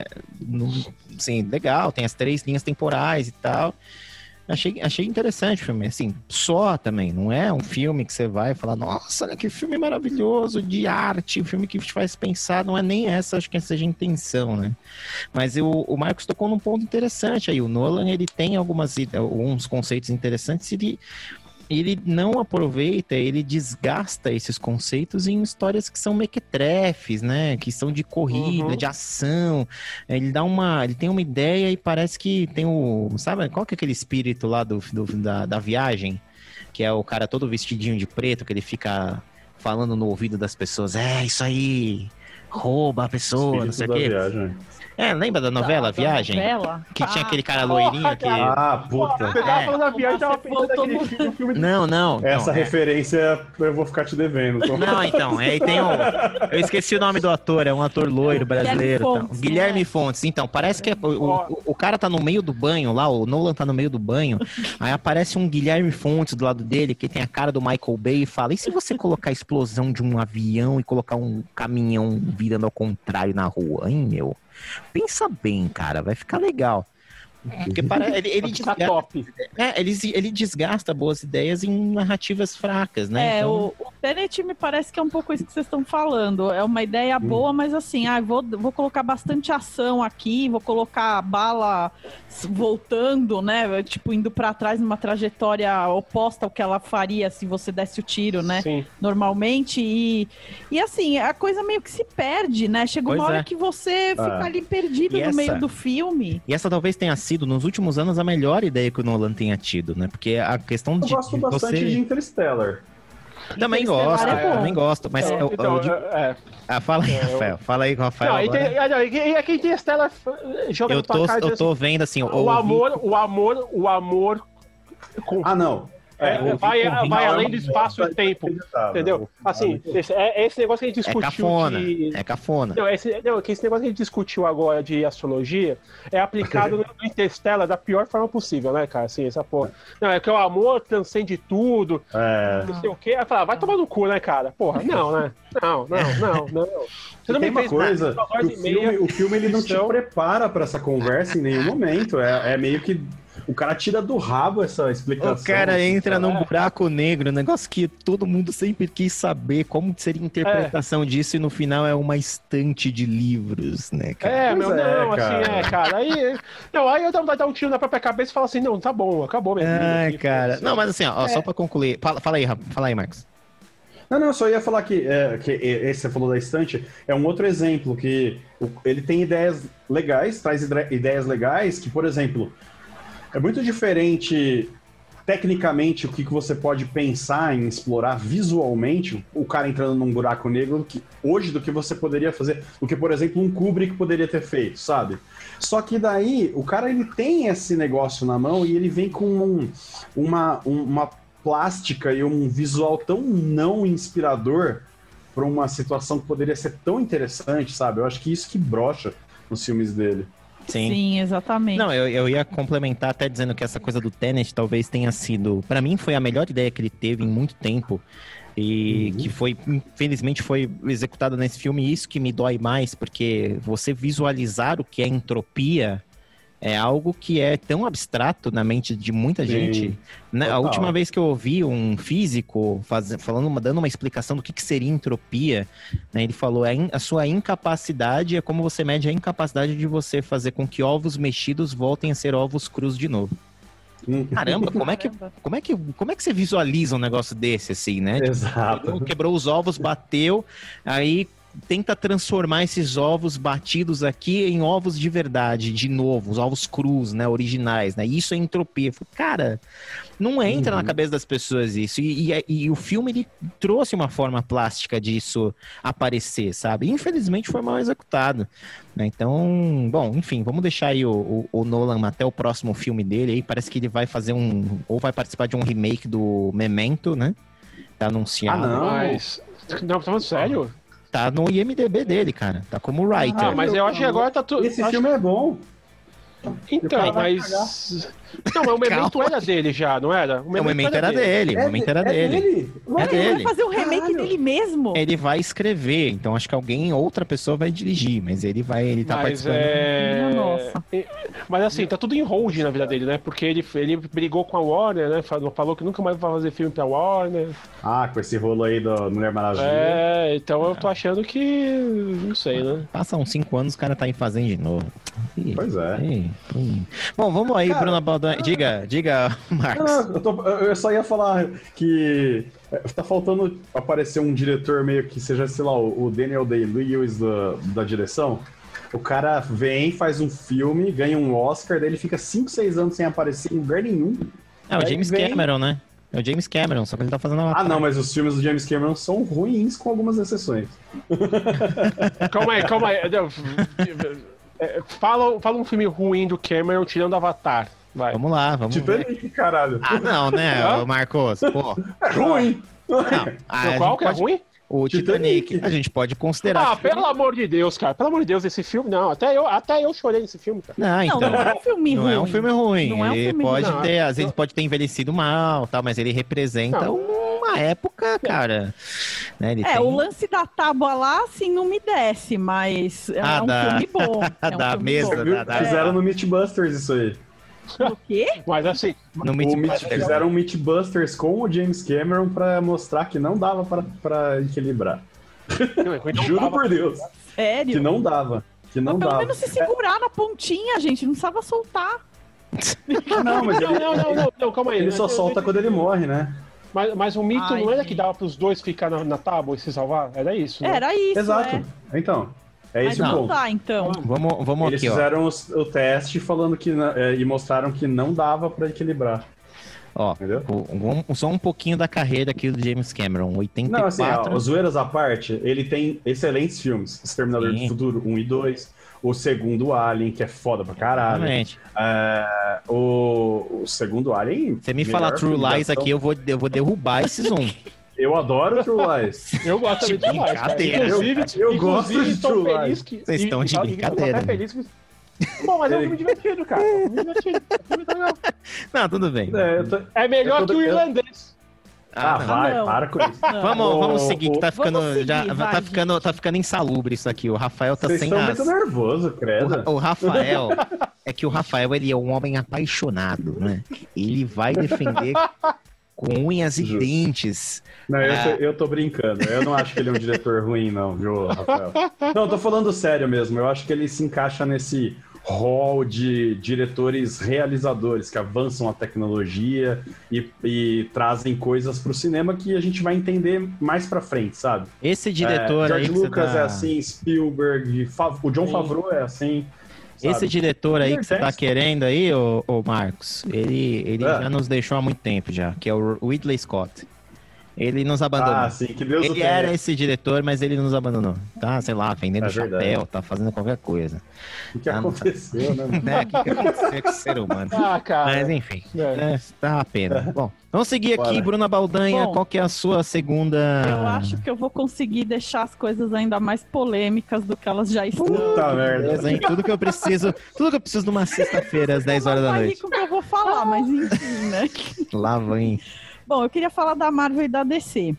Assim, legal, tem as três linhas temporais e tal. Achei, achei interessante o filme, assim, só também, não é um filme que você vai falar, nossa, olha que filme maravilhoso de arte, um filme que te faz pensar, não é nem essa, acho que seja a intenção, né? Mas eu, o Marcos tocou num ponto interessante aí, o Nolan, ele tem algumas, alguns conceitos interessantes, ele... ele não aproveita, ele desgasta esses conceitos em histórias que são mequetrefes, né? Que são de corrida, uhum. de ação. Ele dá uma, ele tem uma ideia e parece que tem o, sabe? Qual que é aquele espírito lá do, do da, da viagem? Que é o cara todo vestidinho de preto, que ele fica falando no ouvido das pessoas. É, isso aí, rouba a pessoa, espírito não sei o quê. Viagem. É, lembra da novela, da, Viagem? Da novela? Que ah, tinha aquele cara loirinho porra, que... Ah, puta. Você tava falando da Viagem, tava pensando naquele filme, filme... Não, não. Essa não, referência é... eu vou ficar te devendo. Então. Não, então, aí tem um... Eu esqueci o nome do ator, é um ator loiro brasileiro. Guilherme Fontes. Então. Guilherme Fontes. Então, parece que é, o, o, o cara tá no meio do banho lá, o Nolan tá no meio do banho, aí aparece um Guilherme Fontes do lado dele, que tem a cara do Michael Bay e fala, e se você colocar a explosão de um avião e colocar um caminhão virando ao contrário na rua, hein, meu? Pensa bem, cara, vai ficar legal. Porque para, ele, ele, desgasta, top. É, ele, ele desgasta boas ideias em narrativas fracas, né? É, então... o, o Tenet me parece que é um pouco isso que vocês estão falando. É uma ideia hum. boa, mas assim, ah, vou, vou colocar bastante ação aqui, vou colocar a bala voltando, né? Tipo, indo pra trás numa trajetória oposta ao que ela faria se você desse o tiro, né? Sim. Normalmente. E, e assim, a coisa meio que se perde, né? Chega uma pois hora é. que você fica ah. ali perdido e no essa... meio do filme. E essa talvez tenha sido nos últimos anos a melhor ideia que o Nolan tenha tido, né? Porque a questão de... Eu gosto de bastante você... de Interstellar. Também gosto, é também gosto, mas... Então, eu, então, eu digo... é. Ah, fala aí, é, Rafael. Eu... Fala aí, Rafael. Não, é que Interstellar joga eu no tô, cara, eu tô assim, vendo assim... O, o amor, vi... o amor, o amor... Com... Ah, não. É, vai vai além do espaço e tempo, entendeu? Assim, esse, é esse negócio que a gente discutiu. É cafona. De... É cafona. Não, esse, não, esse negócio que a gente discutiu agora de astrologia é aplicado no Interstellar da pior forma possível, né, cara? Assim, essa porra. Não, é que o amor transcende tudo. É. Não sei o quê. Aí fala, vai tomar no cu, né, cara? Porra, não, né? Não, não, não, não. Você não tem me uma coisa, nada, o, filme, o filme ele não te prepara pra essa conversa em nenhum momento. É, é meio que o cara tira do rabo essa explicação. O cara assim, entra cara. num buraco negro, um negócio que todo mundo sempre quis saber como seria a interpretação é. disso, e no final é uma estante de livros, né, cara? É, meu, é, não, cara. assim, é, cara. Aí, não, aí eu dou dar um tiro na própria cabeça e falo assim, não, tá bom, acabou mesmo. Ai, aqui, cara. assim. Não, mas assim, ó, é. só pra concluir. Fala, fala aí, fala aí, Marcos. Não, não, eu só ia falar que, é, que esse você falou da estante, é um outro exemplo, que ele tem ideias legais, traz ideias legais, que, por exemplo, é muito diferente tecnicamente o que você pode pensar em explorar visualmente, o cara entrando num buraco negro, que, hoje do que você poderia fazer, do que, por exemplo, um Kubrick poderia ter feito, sabe? Só que daí, o cara ele tem esse negócio na mão e ele vem com um, uma, um, uma plástica e um visual tão não inspirador para uma situação que poderia ser tão interessante, sabe? Eu acho que isso que brocha nos filmes dele. Sim. Sim, exatamente. Não, eu, eu ia complementar até dizendo que essa coisa do Tenet talvez tenha sido... Pra mim foi a melhor ideia que ele teve em muito tempo. E uhum. que foi, infelizmente, foi executada nesse filme. E isso que me dói mais, porque você visualizar o que é entropia é algo que é tão abstrato na mente de muita Sim. gente. Né? A última vez que eu ouvi um físico faz, falando, uma, dando uma explicação do que, que seria entropia, né? Ele falou, a, in, a sua incapacidade é como você mede a incapacidade de você fazer com que ovos mexidos voltem a ser ovos crus de novo. Caramba, como é que, como é que, como é que você visualiza um negócio desse, assim, né? Exato. Tipo, quebrou os ovos, bateu, aí tenta transformar esses ovos batidos aqui em ovos de verdade, de novo, os ovos crus, né, originais, né? Isso é entropia. Cara, não entra uhum. na cabeça das pessoas isso. E, e, e o filme, ele trouxe uma forma plástica disso aparecer, sabe? Infelizmente foi mal executado. Né? Então, bom, enfim, vamos deixar aí o, o, o Nolan até o próximo filme dele. Aí parece que ele vai fazer um... ou vai participar de um remake do Memento, né? Tá anunciado. Ah, não. Mas... Não, tá falando sério? Tá no I M D B dele, cara. Tá como writer. Ah, mas eu acho que agora tá tudo... Esse acho... filme é bom. Então, mas... Não, mas o Memento era dele já, não era? O Memento era dele. O Memento era dele. É dele. Ele vai fazer o remake Caralho. dele mesmo? Ele vai escrever, então acho que alguém, outra pessoa vai dirigir, mas ele vai, ele tá mas participando. É... Nossa. Mas assim, tá tudo em hold na vida dele, né? Porque ele, ele brigou com a Warner, né? Falou, falou que nunca mais vai fazer filme pra Warner. Ah, com esse rolo aí da Mulher Maravilha. É, então eu tô achando que... não sei, né? Passa uns cinco anos, o cara tá aí fazendo de novo. Ih, pois é. Ih, ih. Bom, vamos aí, cara, Bruno Baldoni. Diga, diga, Marcos. Não, eu, tô, eu só ia falar que tá faltando aparecer um diretor meio que seja, sei lá, o Daniel Day-Lewis da, da direção. O cara vem, faz um filme, ganha um Oscar, daí ele fica cinco, seis anos sem aparecer em lugar nenhum. É o James vem... Cameron, né? É o James Cameron, só que ele tá fazendo uma... Ah, não, mas os filmes do James Cameron são ruins com algumas exceções. Calma aí, calma aí. Fala, fala um filme ruim do Cameron tirando Avatar. Vai. Vamos lá, vamos Titanic, ver. caralho. Ah, não, né, Marcos? Pô. É ruim. Não, a qual que é pode... ruim? O Titanic. Titanic. A gente pode considerar. Ah, pelo amor de Deus, cara. Pelo amor de Deus, esse filme. Não, até eu, até eu chorei nesse filme, cara. Não, então. Não, não é um filme não ruim. É um filme ruim. Não é um ele filme pode ruim. ter, às vezes pode ter envelhecido mal, tal, mas ele representa não. uma época, cara. Né, ele é, tem... o lance da tábua lá, assim, não me desce, mas é ah, um da... filme bom. É um da filme mesa, bom. da, da... Fizeram no Mythbusters isso aí. O quê? Mas assim, no Mythbusters. Fizeram um Mythbusters com o James Cameron pra mostrar que não dava pra, pra equilibrar. Não, Juro dava. por Deus. Sério? Que não dava. Que não mas pelo dava. menos se segurar é... na pontinha, gente. Não precisava soltar. Não, mas ele, não, não, não, não, calma aí. Ele só solta quando ele morre, né? Mas, mas o mito Ai, não era gente. que dava pros dois ficar na, na tábua e se salvar? Era isso, né? Era isso, Exato. É. Então, é esse mas o não ponto. dá, então. Vamos, vamos Eles aqui, fizeram o, o teste falando que é, e mostraram que não dava pra equilibrar. Ó, o, o, só um pouquinho da carreira aqui do James Cameron, oitenta e quatro... Não, assim, ó, os zoeiras à parte, ele tem excelentes filmes. Exterminador Sim. do Futuro um e dois, o segundo Alien, que é foda pra caralho. Exatamente. É, o, o segundo Alien... Você me falar True Lies aqui, eu vou, eu vou derrubar esses um. Eu adoro True Lies. Eu gosto de True Lies. Brincadeira. Inclusive, Eu, eu inclusive, gosto de tô True feliz Lies. que... Vocês estão de e, brincadeira. Eu tô até feliz que... Bom, mas é um filme divertido, cara. É um filme divertido. É um filme legal. Não, tudo bem. É, eu tô- É melhor Eu tô- que o eu- irlandês. Ah, não. vai, não. para com isso. Vamos, Ô, vamos seguir, que tá ô, ficando, vamos seguir, já, vai, tá, ficando, tá ficando insalubre isso aqui. O Rafael tá Vocês sem estão as... muito nervosos, credo. O, o Rafael, é que o Rafael, ele é um homem apaixonado, né? Ele vai defender com unhas e Justo. dentes. Não, eu, Ah. tô, eu tô brincando. Eu não acho que ele é um diretor ruim, não, viu, Rafael? Não, eu tô falando sério mesmo. Eu acho que ele se encaixa nesse hall de diretores realizadores que avançam a tecnologia e, e trazem coisas para o cinema que a gente vai entender mais para frente, sabe? Esse diretor é, aí George Lucas tá... é assim, Spielberg, o John Favreau é assim. Sabe? Esse diretor aí que você tá querendo aí, ô, ô Marcos, ele, ele é. já nos deixou há muito tempo já, que é o Ridley Scott. Ele nos abandonou. Ah, sim, que Deus ele era esse diretor, mas ele nos abandonou. Tá, sei lá, vendendo é chapéu, tá fazendo qualquer coisa. O que tá, aconteceu, né? É, o que, que aconteceu com esse ser humano? Ah, cara. Mas enfim, é. É, tá a pena. É. Bom, vamos seguir aqui, Bora. Bruna Baldanha, Bom, qual que é a sua segunda... Eu acho que eu vou conseguir deixar as coisas ainda mais polêmicas do que elas já estão. Puta merda. Beleza, hein? Tudo que eu preciso, tudo que eu preciso numa sexta-feira, às dez horas da noite. Não vai rir com o que eu vou falar, mas enfim, né? Lá vem. Bom, eu queria falar da Marvel e da D C.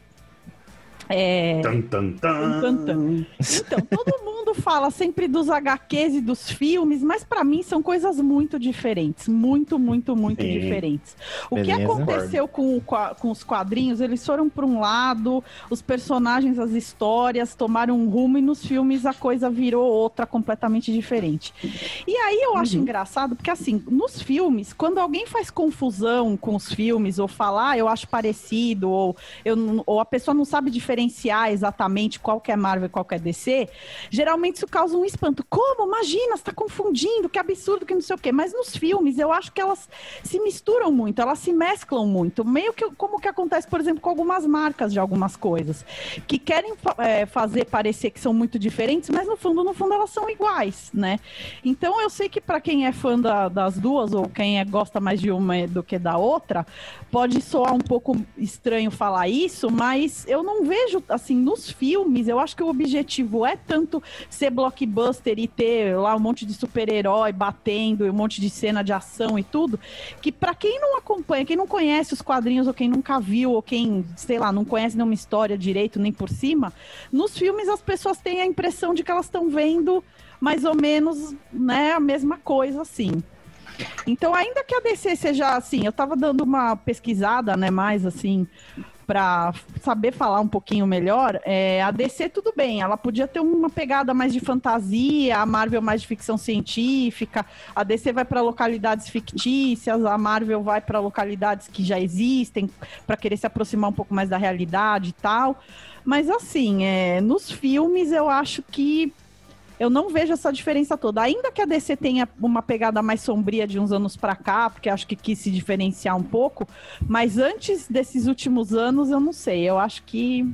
É... Tum, tum, tum. Tum, tum. Então, todo mundo fala sempre dos agá quês e dos filmes, mas pra mim são coisas muito diferentes. Muito, muito, muito Sim. diferentes. O Beleza. que aconteceu com, com os quadrinhos, eles foram pra um lado, os personagens, as histórias tomaram um rumo e nos filmes a coisa virou outra, completamente diferente. E aí eu acho uhum. engraçado, porque assim, nos filmes, quando alguém faz confusão com os filmes, ou fala, ah, eu acho parecido, ou, eu, ou a pessoa não sabe diferenciar exatamente qual que é Marvel e qual que é D C, geralmente isso causa um espanto. Como? Imagina, você tá confundindo, que absurdo, que não sei o quê. Mas nos filmes, eu acho que elas se misturam muito, elas se mesclam muito. Meio que como que acontece, por exemplo, com algumas marcas de algumas coisas, que querem é, fazer parecer que são muito diferentes, mas no fundo, no fundo, elas são iguais, né? Então, eu sei que para quem é fã da, das duas, ou quem é, gosta mais de uma do que da outra, pode soar um pouco estranho falar isso, mas eu não vejo assim, nos filmes, eu acho que o objetivo é tanto ser blockbuster e ter lá um monte de super-herói batendo e um monte de cena de ação e tudo, que pra quem não acompanha, quem não conhece os quadrinhos ou quem nunca viu ou quem, sei lá, não conhece nenhuma história direito nem por cima, nos filmes as pessoas têm a impressão de que elas estão vendo mais ou menos, né, a mesma coisa assim. Então, ainda que a D C seja assim, eu tava dando uma pesquisada, né, mais assim, para saber falar um pouquinho melhor, é, a D C tudo bem, ela podia ter uma pegada mais de fantasia, a Marvel mais de ficção científica, a D C vai para localidades fictícias, a Marvel vai para localidades que já existem, para querer se aproximar um pouco mais da realidade e tal, mas assim, é, nos filmes eu acho que eu não vejo essa diferença toda. Ainda que a D C tenha uma pegada mais sombria de uns anos pra cá, porque acho que quis se diferenciar um pouco, mas antes desses últimos anos, eu não sei. Eu acho que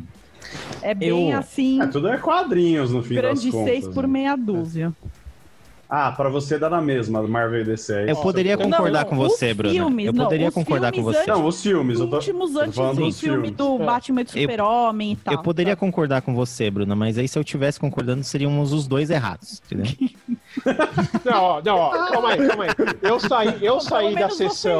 é bem eu... assim... É, tudo é quadrinhos, no fim das contas. Grande seis por meia dúzia. Ah, pra você dá na mesma, Marvel e D C. É eu poderia concordar não, com você, Bruno. Filmes, eu poderia não, concordar com você. Antes, não, os filmes. Os eu tô, últimos antes tô do filme filmes. do Batman e do Super-Homem e tal. Eu poderia tá? concordar com você, Bruno, mas aí se eu tivesse concordando, seríamos os dois errados, entendeu? Não, ó, não, ó, calma aí, calma aí. Eu saí, eu saí da sessão.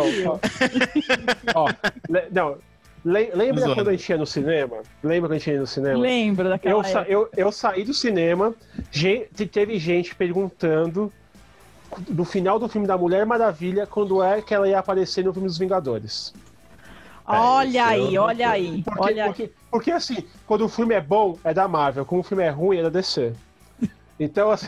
Ó, ó, não... Lembra Zoando. quando a gente ia no cinema? Lembra quando a gente ia no cinema? Lembro daquela eu, sa eu, eu saí do cinema, gente, teve gente perguntando no final do filme da Mulher Maravilha quando é que ela ia aparecer no filme dos Vingadores. Olha É, aí, eu... olha aí. Porque, olha porque, porque assim, quando o filme é bom, é da Marvel, quando o filme é ruim, é da D C. Então, assim...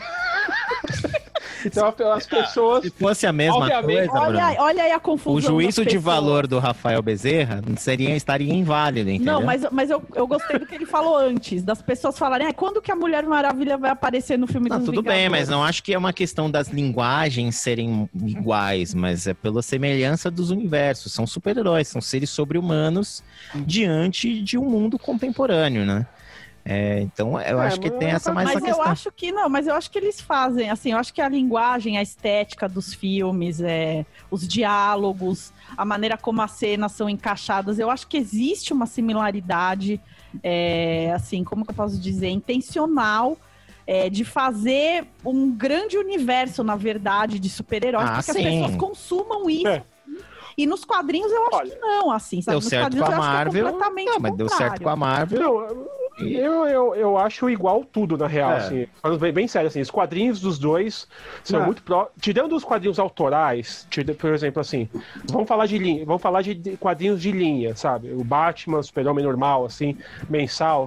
Então as pessoas... Se fosse a mesma Obviamente, coisa, Olha, Bruno, olha aí a confusão. o juízo das de pessoas. valor do Rafael Bezerra seria, estaria inválido, entendeu? Não, mas, mas eu, eu gostei do que ele falou antes, das pessoas falarem, ah, quando que a Mulher Maravilha vai aparecer no filme Não, dos tudo Vingadores? bem, mas não acho que é uma questão das linguagens serem iguais, mas é pela semelhança dos universos. São super-heróis, são seres sobre-humanos diante de um mundo contemporâneo, né? É, então eu É, acho que tem essa mais Mas essa eu questão. acho que não, mas eu acho que eles fazem, assim, eu acho que a linguagem, a estética dos filmes, é, os diálogos, a maneira como as cenas são encaixadas, eu acho que existe uma similaridade, é, assim, como que eu posso dizer, intencional, é, de fazer um grande universo, na verdade, de super-heróis, Ah, para que sim. as pessoas consumam isso. É. E nos quadrinhos eu acho Olha, que não, assim, sabe? Deu Nos certo com quadrinhos a eu acho que é Marvel. completamente Não, mas deu contrário. certo com a Marvel. Não, eu, eu, eu acho igual tudo, na real, É. assim. Falando bem, bem sério, assim, os quadrinhos dos dois são Não. muito pró... Tirando os quadrinhos autorais, tira- por exemplo, assim, vamos falar de linha, vamos falar de de quadrinhos de linha, sabe? O Batman, o Super-Homem normal, assim, mensal.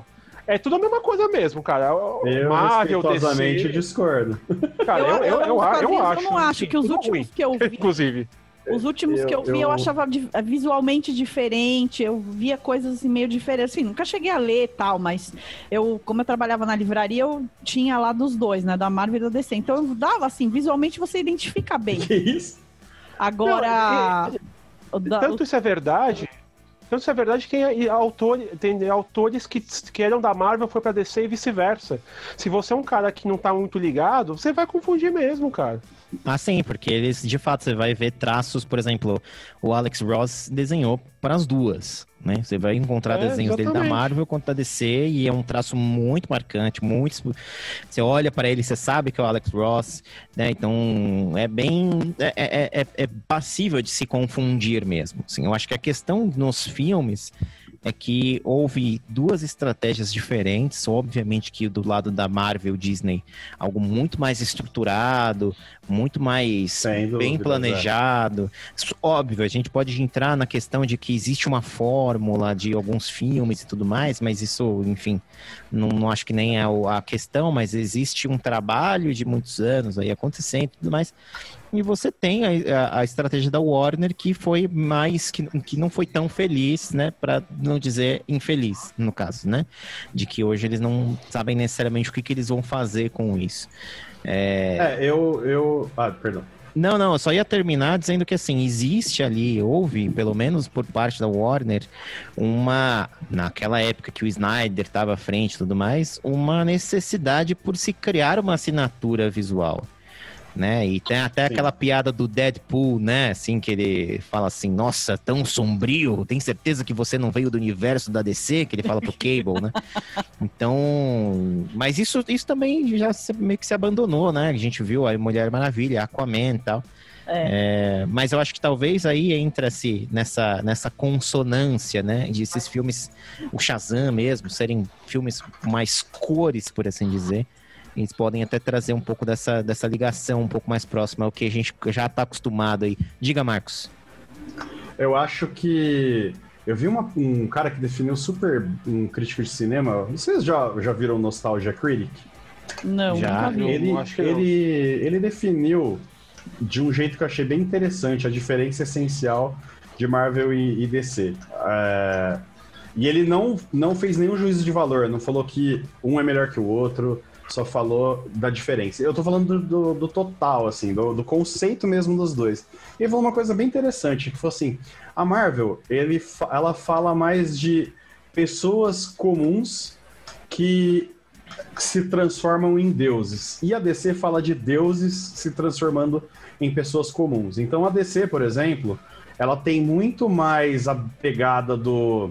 É tudo a mesma coisa mesmo, cara. Eu Marvel, respeitosamente D C... discordo. Cara, eu, eu, eu, eu, eu acho. Eu não acho que os últimos ruim, que eu vi... Inclusive. Os últimos Eu- que eu vi, eu, eu- achava di- visualmente diferente, eu via coisas assim, meio diferentes. Assim, nunca cheguei a ler e tal, mas eu, como eu trabalhava na livraria, eu tinha lá dos dois, né? Da Marvel e da D C. Então eu dava assim, visualmente você identifica bem. Que isso? Agora. o da- Tanto isso é verdade. Tanto isso é verdade que tem, autor, tem autores que, que eram da Marvel foi pra D C e vice-versa. Se você é um cara que não tá muito ligado, você vai confundir mesmo, cara. Ah, sim, porque eles, de fato, você vai ver traços, por exemplo, o Alex Ross desenhou para as duas, né? Você vai encontrar É, desenhos dele da exatamente. Marvel quanto da D C e é um traço muito marcante, muito... Você olha para ele, você sabe que é o Alex Ross, né? Então, é bem... É, é, é, é passível de se confundir mesmo, assim. Eu acho que a questão nos filmes é que houve duas estratégias diferentes, obviamente que do lado da Marvel, Disney, algo muito mais estruturado, muito mais Sem dúvida, bem planejado. Isso, óbvio, a gente pode entrar na questão de que existe uma fórmula de alguns filmes e tudo mais, mas isso, enfim, não, não acho que nem é o- a questão, mas existe um trabalho de muitos anos aí acontecendo e tudo mais. E você tem a, a- a estratégia da Warner que foi mais, que, que não foi tão feliz, né? Para não dizer infeliz, no caso, né? De que hoje eles não sabem necessariamente o que, que eles vão fazer com isso. É, É, eu, eu... Ah, perdão. não, não, eu só ia terminar dizendo que assim, existe ali, houve, pelo menos por parte da Warner, uma, naquela época que o Snyder estava à frente e tudo mais, uma necessidade por se criar uma assinatura visual. Né? E tem até Sim. aquela piada do Deadpool, né? Assim, que ele fala assim, nossa, tão sombrio, tem certeza que você não veio do universo da D C? Que ele fala pro Cable, né? Então, mas isso, isso também já se- meio que se abandonou, né? A gente viu a Mulher Maravilha, Aquaman e tal. É, mas eu acho que talvez aí entra-se nessa, nessa consonância, né? De esses filmes, o Shazam mesmo, serem filmes com mais cores, por assim dizer. Eles podem até trazer um pouco dessa, dessa ligação um pouco mais próxima ao que a gente já está acostumado aí. Diga, Marcos. Eu acho que... Eu vi uma- um cara que definiu super... Um crítico de cinema. Vocês já, já viram Nostalgia Critic? Não, Já, nunca vi. eu- Ele, acho que não. ele, ele definiu de um jeito que eu achei bem interessante a diferença essencial de Marvel e, e D C. É, e ele não, não fez nenhum juízo de valor, não falou que um é melhor que o outro, só falou da diferença. Eu tô falando do, do, do total, assim, do, do conceito mesmo dos dois. E ele falou uma coisa bem interessante, que foi assim, a Marvel, ele, fa- ela fala mais de pessoas comuns que se transformam em deuses. E a D C fala de deuses se transformando em pessoas comuns. Então a D C, por exemplo, ela tem muito mais a pegada do,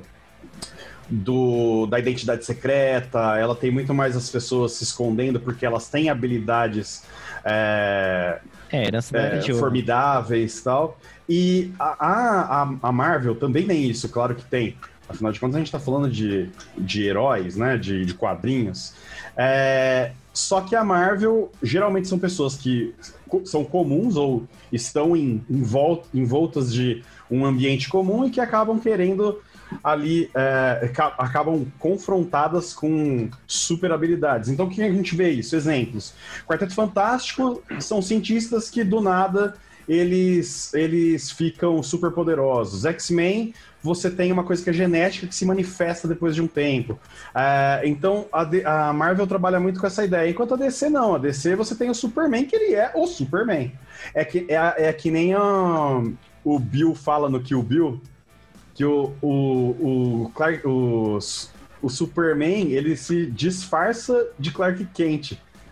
do da identidade secreta, ela tem muito mais as pessoas se escondendo porque elas têm habilidades é, É, era a cidade é, de ouro. formidáveis e tal. E a, a, a Marvel também tem isso, claro que tem. Afinal de contas, a gente tá falando de, de heróis, né? De, de quadrinhos. É, só que a Marvel, geralmente são pessoas que co- são comuns ou estão em, em vol- envoltas de um ambiente comum e que acabam querendo ali, é, ca- acabam confrontadas com super habilidades. Então, o que a gente vê isso? Exemplos. Quarteto Fantástico são cientistas que, do nada, eles, eles ficam super poderosos. X-Men, você tem uma coisa que é genética que se manifesta depois de um tempo. É, então, a, D- a Marvel trabalha muito com essa ideia, enquanto a D C não. A D C você tem o Superman, que ele é o Superman. É que, é, é que nem a, o Bill fala no Kill Bill, que o, o, o, Clark, o, o Superman, ele se disfarça de Clark Kent.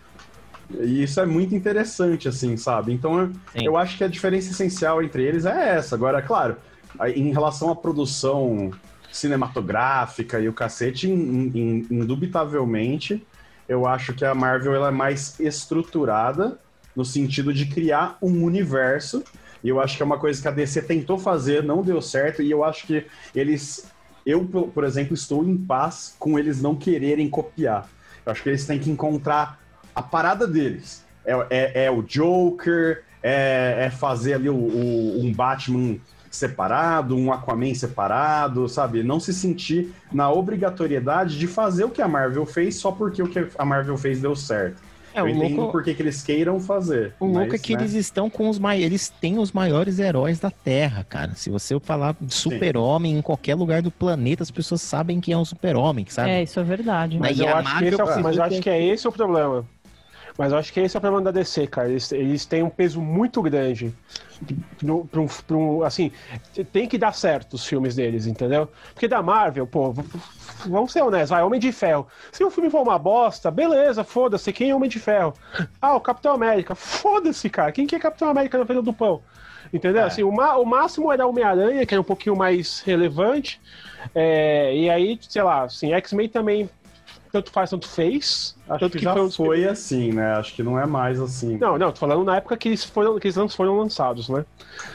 E isso é muito interessante, assim, sabe? Então, eu, Sim. eu acho que a diferença essencial entre eles é essa. Agora, claro, aí, em relação à produção cinematográfica e o cacete, in- in- indubitavelmente, eu acho que a Marvel ela é mais estruturada no sentido de criar um universo. E eu acho que é uma coisa que a D C tentou fazer, não deu certo, e eu acho que eles... Eu, por por exemplo, estou em paz com eles não quererem copiar. Eu acho que eles têm que encontrar a parada deles. É, é- é o Joker, é, é fazer ali o, o- um Batman separado, um Aquaman separado, sabe? Não se sentir na obrigatoriedade de fazer o que a Marvel fez só porque o que a Marvel fez deu certo. É, Eu o entendo louco- por que que eles queiram fazer. O louco é mas, que né? eles estão com os maiores. Eles têm os maiores heróis da Terra, cara. Se você falar de super-homem em qualquer lugar do planeta, as pessoas sabem que é um super-homem, sabe? É, isso é verdade. Mas Mas e eu a acho que Marvel esse é, o- precisa mas eu acho ter- que é esse o problema. Mas eu acho que esse é o problema da D C, cara. Eles, eles têm um peso muito grande. No, pra um, pra um- assim, tem que dar certo os filmes deles, entendeu? Porque da Marvel, pô, v- v- vamos ser honestos, vai, Homem de Ferro. Se o filme for uma bosta, beleza, foda-se, quem é Homem de Ferro? Ah, o Capitão América. Foda-se, cara, quem que é Capitão América na Feira do Pão? Entendeu? É. Assim, o, ma- o máximo era Homem-Aranha, que era um pouquinho mais relevante. É, e aí, sei lá, assim, X-Men também tanto faz, tanto fez. Acho tanto que, já foi um dos foi assim, né? Acho que não é mais assim. Não, não, tô falando na época que eles foram, que eles foram lançados, né?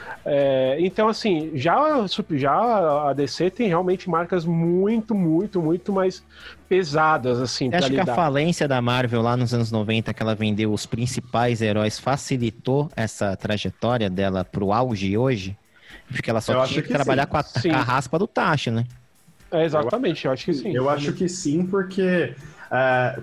É, então, assim, já, já a D C tem realmente marcas muito, muito, muito mais pesadas, assim, Você pra acha que a lidar. falência da Marvel lá nos anos noventa, que ela vendeu os principais heróis, facilitou essa trajetória dela pro auge hoje? Porque ela Eu só acho tinha que, que trabalhar sim. com a, Sim. com a raspa do taxa, né? É, exatamente, eu acho que sim. Eu acho que sim, porque é,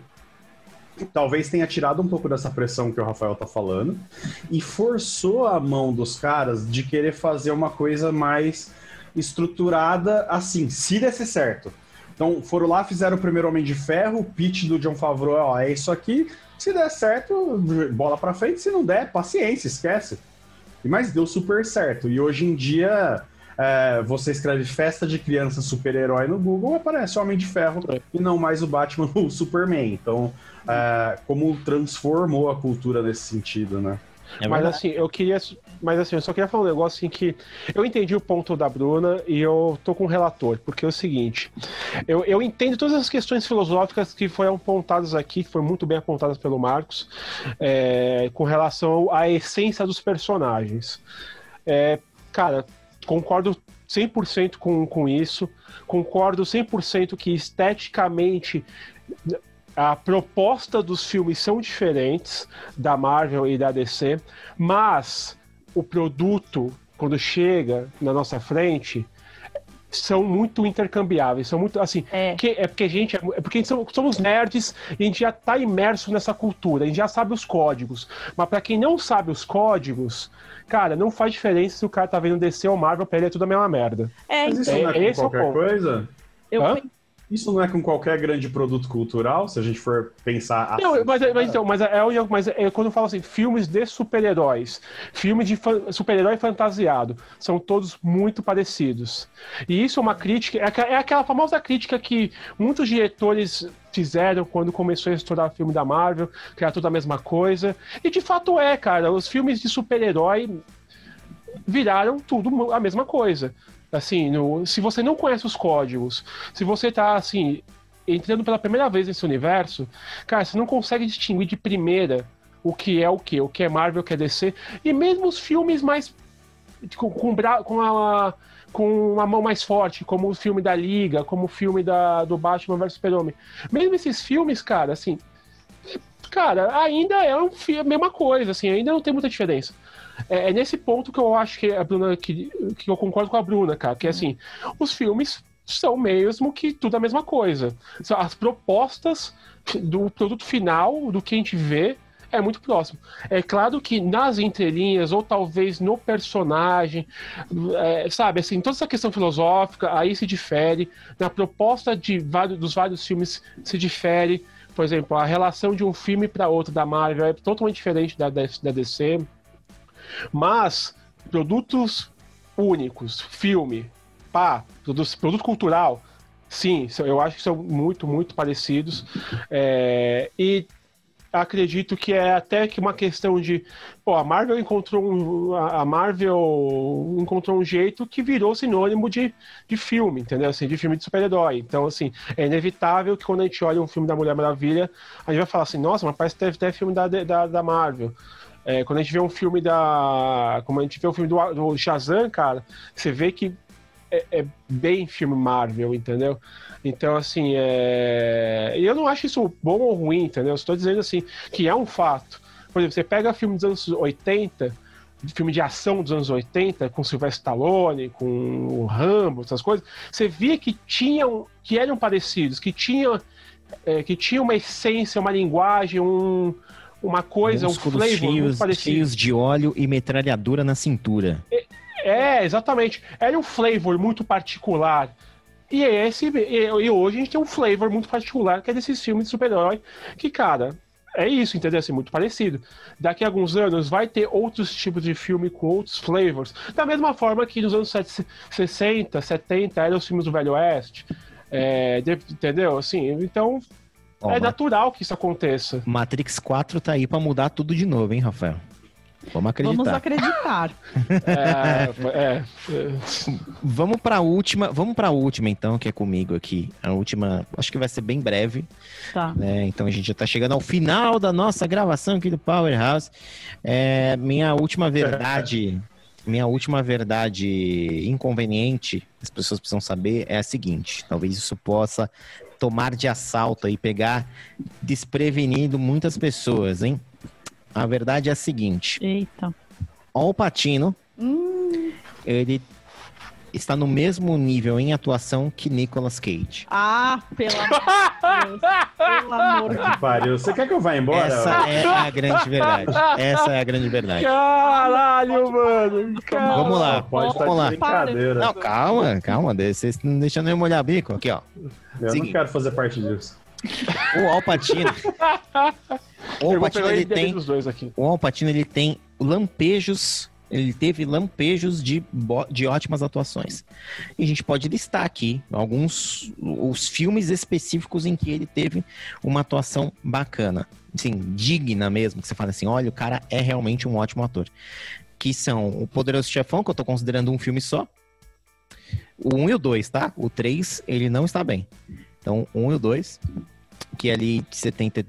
talvez tenha tirado um pouco dessa pressão que o Rafael tá falando e forçou a mão dos caras de querer fazer uma coisa mais estruturada assim, se desse certo. Então, foram lá, fizeram o primeiro Homem de Ferro, o pitch do Jon Favreau, ó, é isso aqui, se der certo, bola pra frente, se não der, paciência, esquece. Mas deu super certo, e hoje em dia... É, você escreve festa de criança super-herói no Google, aparece Homem de Ferro É. e não mais o Batman ou o Superman. Então, é, como transformou a cultura nesse sentido, né? É mas verdade. assim, eu queria. Mas assim, eu só queria falar um negócio assim que eu entendi o ponto da Bruna e eu tô com o relator, porque é o seguinte, eu, eu entendo todas as questões filosóficas que foram apontadas aqui, que foram muito bem apontadas pelo Marcos, é, com relação à essência dos personagens. É, cara, concordo cem por cento com, com isso, concordo cem por cento que esteticamente a proposta dos filmes são diferentes da Marvel e da D C, mas o produto, quando chega na nossa frente, são muito intercambiáveis, são muito assim, É. que, é porque a gente é porque a gente são- somos nerds e a gente já tá imerso nessa cultura, a gente já sabe os códigos, mas pra quem não sabe os códigos, cara, não faz diferença se o cara tá vendo D C ou Marvel, pra ele é tudo a mesma merda. É, Mas isso É, não é com esse é o qualquer ponto. coisa? eu Hã? penso- Isso não é com qualquer grande produto cultural, se a gente for pensar assim. Não, mas, mas, então, mas, é, onde eu- mas é quando eu falo assim, filmes de super-heróis, filmes de fan- super-herói fantasiado, são todos muito parecidos. E isso é uma crítica, é, aqua- é aquela famosa crítica que muitos diretores fizeram quando começou a estourar o filme da Marvel, que era tudo a mesma coisa. E de fato é, cara, os filmes de super-herói viraram tudo a mesma coisa. Assim, no, se você não conhece os códigos, se você tá, assim, entrando pela primeira vez nesse universo, cara, você não consegue distinguir de primeira o que é o que, o que é Marvel, o que é D C, e mesmo os filmes mais com, com, bra- com a com uma mão mais forte, como o filme da Liga, como o filme da, do Batman versus Super-Homem. Mesmo esses filmes, cara, assim, cara, ainda é um, fi- a mesma coisa, assim, ainda não tem muita diferença. É, é nesse ponto que eu acho que a Bruna, que, que eu concordo com a Bruna, cara, que assim, os filmes são mesmo que tudo a mesma coisa. São as propostas do produto final, do que a gente vê, é muito próximo. É claro que nas entrelinhas, ou talvez no personagem, é, sabe, assim, toda essa questão filosófica, aí se difere. Na proposta de vários, dos vários filmes se difere. Por exemplo, a relação de um filme para outro da Marvel é totalmente diferente da, da, da D C. Mas produtos únicos, filme, pá, produto, produto cultural, sim, eu acho que são muito, muito parecidos. É, e acredito que é até que uma questão de, pô, a Marvel encontrou um, a Marvel encontrou um jeito que virou sinônimo de, de filme, entendeu? Assim, de filme de super-herói. Então, assim, é inevitável que quando a gente olha um filme da Mulher Maravilha, a gente vai falar assim, nossa, mas parece que deve ter filme da, da, da Marvel. É, quando a gente vê um filme da... Como a gente vê o um filme do, do Shazam, cara, você vê que é, é bem filme Marvel, entendeu? Então, assim, é... eu não acho isso bom ou ruim, entendeu? Estou dizendo, assim, que é um fato. Por exemplo, você pega filme dos anos oitenta, de filme de ação dos anos oitenta, com Sylvester Stallone, com o Rambo, essas coisas, você via que tinham, que eram parecidos, que tinham, é, que tinha uma essência, uma linguagem, um, uma coisa, Músculos um flavor cheios, muito parecido. cheios de óleo e metralhadora na cintura. É, é, exatamente. Era um flavor muito particular. E, esse, e, e hoje a gente tem um flavor muito particular, que é desses filmes de super-herói, que, cara... É isso, entendeu? Assim, muito parecido. Daqui a alguns anos vai ter outros tipos de filme com outros flavors. Da mesma forma que nos anos sessenta, setenta eram os filmes do Velho Oeste. É, de, entendeu? Assim, então Ó, é natural que isso aconteça. Matrix quatro tá aí pra mudar tudo de novo, hein, Rafael? Vamos acreditar. Vamos acreditar. É, é, é. Vamos pra última, vamos pra última então, que é comigo aqui. A última, acho que vai ser bem breve. Tá. Né? Então a gente já tá chegando ao final da nossa gravação aqui do Powerhouse. É, minha última verdade, minha última verdade inconveniente, as pessoas precisam saber, é a seguinte: talvez isso possa tomar de assalto e pegar desprevenido muitas pessoas, hein? A verdade é a seguinte: Eita. Al Pacino, Hum. ele está no mesmo nível em atuação que Nicolas Cage. Ah, pelo amor de Deus. Pelo amor de Deus. Que pariu. Você quer que eu vá embora? Essa é a grande verdade. Essa é a grande verdade. Caralho, mano. Caralho. Vamos lá, Pode estar vamos de lá. brincadeira. Não, calma, calma. Vocês estão deixando eu molhar bico. Aqui, ó. Eu Seguinte. não quero fazer parte disso. O Al Pacino. O Eu Al vou Pacino, pegar ele ele tem. dos dois aqui. O Al Pacino, ele tem lampejos. Ele teve lampejos de, bo- de ótimas atuações. E a gente pode listar aqui alguns os filmes específicos em que ele teve uma atuação bacana. Assim, digna mesmo. Que você fala assim, olha, o cara é realmente um ótimo ator. Que são O Poderoso Chefão, que eu tô considerando um filme só. O um e o dois, tá? O três, ele não está bem. Então, o um e o dois, que é ali de setenta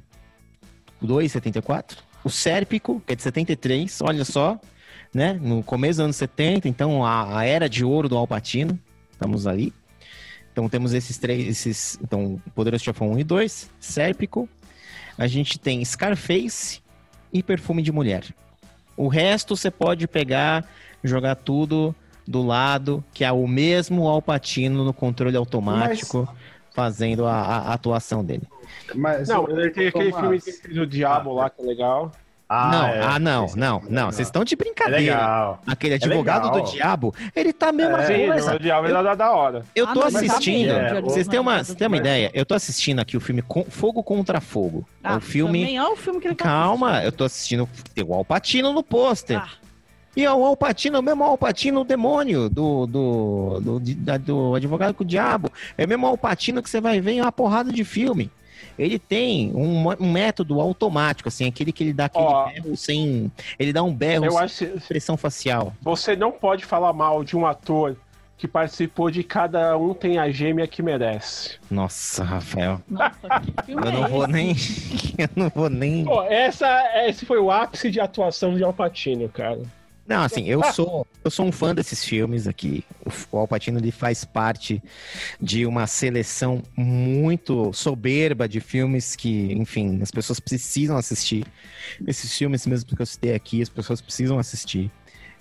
e dois, setenta e quatro. O Sérpico, que é de setenta e três, olha só. Né? No começo dos anos setenta, então a, a era de ouro do Al Pacino, estamos ali. Então temos esses três, esses, então Poderoso Chefão um e dois, Sérpico, a gente tem Scarface e Perfume de Mulher. O resto você pode pegar, jogar tudo do lado, que é o mesmo Al Pacino no controle automático, Mas... fazendo a, a atuação dele. Mas, Não, ele tem aquele Tomás. filme do Diabo lá, que é legal. Ah, não, é. ah, não, Esse não, é não. legal. Vocês estão de É brincadeira. legal. Aquele advogado legal. do diabo, ele tá a mesma É, coisa. O Diabo é da, da hora. Eu Ah, tô não, mas tá assistindo. bem, é, Vocês têm uma, vocês têm uma mas- ideia? Eu tô assistindo aqui o filme Com- Fogo Contra Fogo. é Ah, o filme. Também é o filme que ele tá Calma, eu tô assistindo. Tem o Al Pacino no pôster. Ah. E é o Al Pacino, o mesmo Al Pacino, o demônio do, do, do, de- da- do advogado com o diabo. É o mesmo Al Pacino que você vai ver em uma porrada de filme. Ele tem um, um método automático, assim, aquele que ele dá aquele Ó. berro sem. Ele dá um berro Eu sem acho que expressão facial. você não pode falar mal de um ator que participou de Cada Um Tem a Gêmea que Merece. Nossa, Rafael. Nossa, que filme Eu é não vou esse? nem. Eu não vou nem. Pô, essa, esse foi o ápice de atuação de Al Pacino, cara. Não, assim, eu sou, eu sou um fã desses filmes aqui. O Al Pacino, ele faz parte de uma seleção muito soberba de filmes que, enfim, as pessoas precisam assistir. Esses filmes mesmo que eu citei aqui, as pessoas precisam assistir.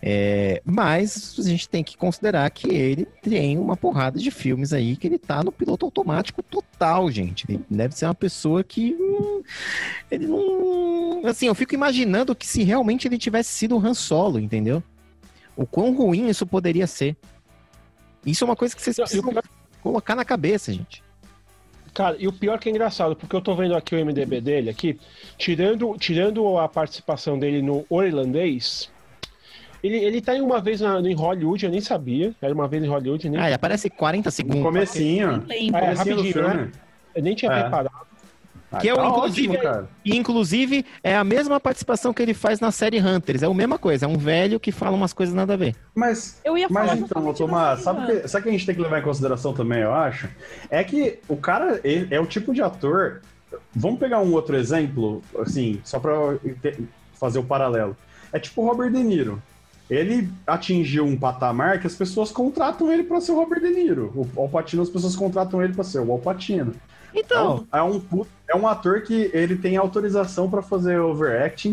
É, mas a gente tem que considerar que ele tem uma porrada de filmes aí que ele tá no piloto automático total, gente. Ele deve ser uma pessoa que hum, ele não... Assim, eu fico imaginando que se realmente ele tivesse sido o Han Solo, entendeu? O quão ruim isso poderia ser. Isso é uma coisa que vocês Não, e o precisam pior- colocar na cabeça, gente. Cara, e o pior que é engraçado, porque eu tô vendo aqui o M D B dele, aqui, tirando, tirando a participação dele no O Irlandês, ele, ele tá em uma vez na, em Hollywood, eu nem sabia, era uma vez em Hollywood, eu nem, Ah, ele aparece quarenta No segundos. comecinho. Nem lembro. É, comecinho do rapidinho, filme. eu nem tinha É. preparado. Ah, Que eu, tá inclusive, ótimo, cara. E, inclusive, é a mesma participação que ele faz na série Hunters. É a mesma coisa, é um velho que fala umas coisas nada a ver. Mas, Eu ia falar mas então, justamente Tomás, dessa sabe o cena. que, sabe o que a gente tem que levar em consideração também, eu acho? É que o cara ele é o tipo de ator. Vamos pegar um outro exemplo, assim, só pra eu ente- fazer o paralelo. É tipo o Robert De Niro. Ele atingiu um patamar que as pessoas contratam ele pra ser o Robert De Niro. O Al Pacino, as pessoas contratam ele pra ser o Al Pacino. Então, É um, é um, pu- é um ator que ele tem autorização pra fazer overacting.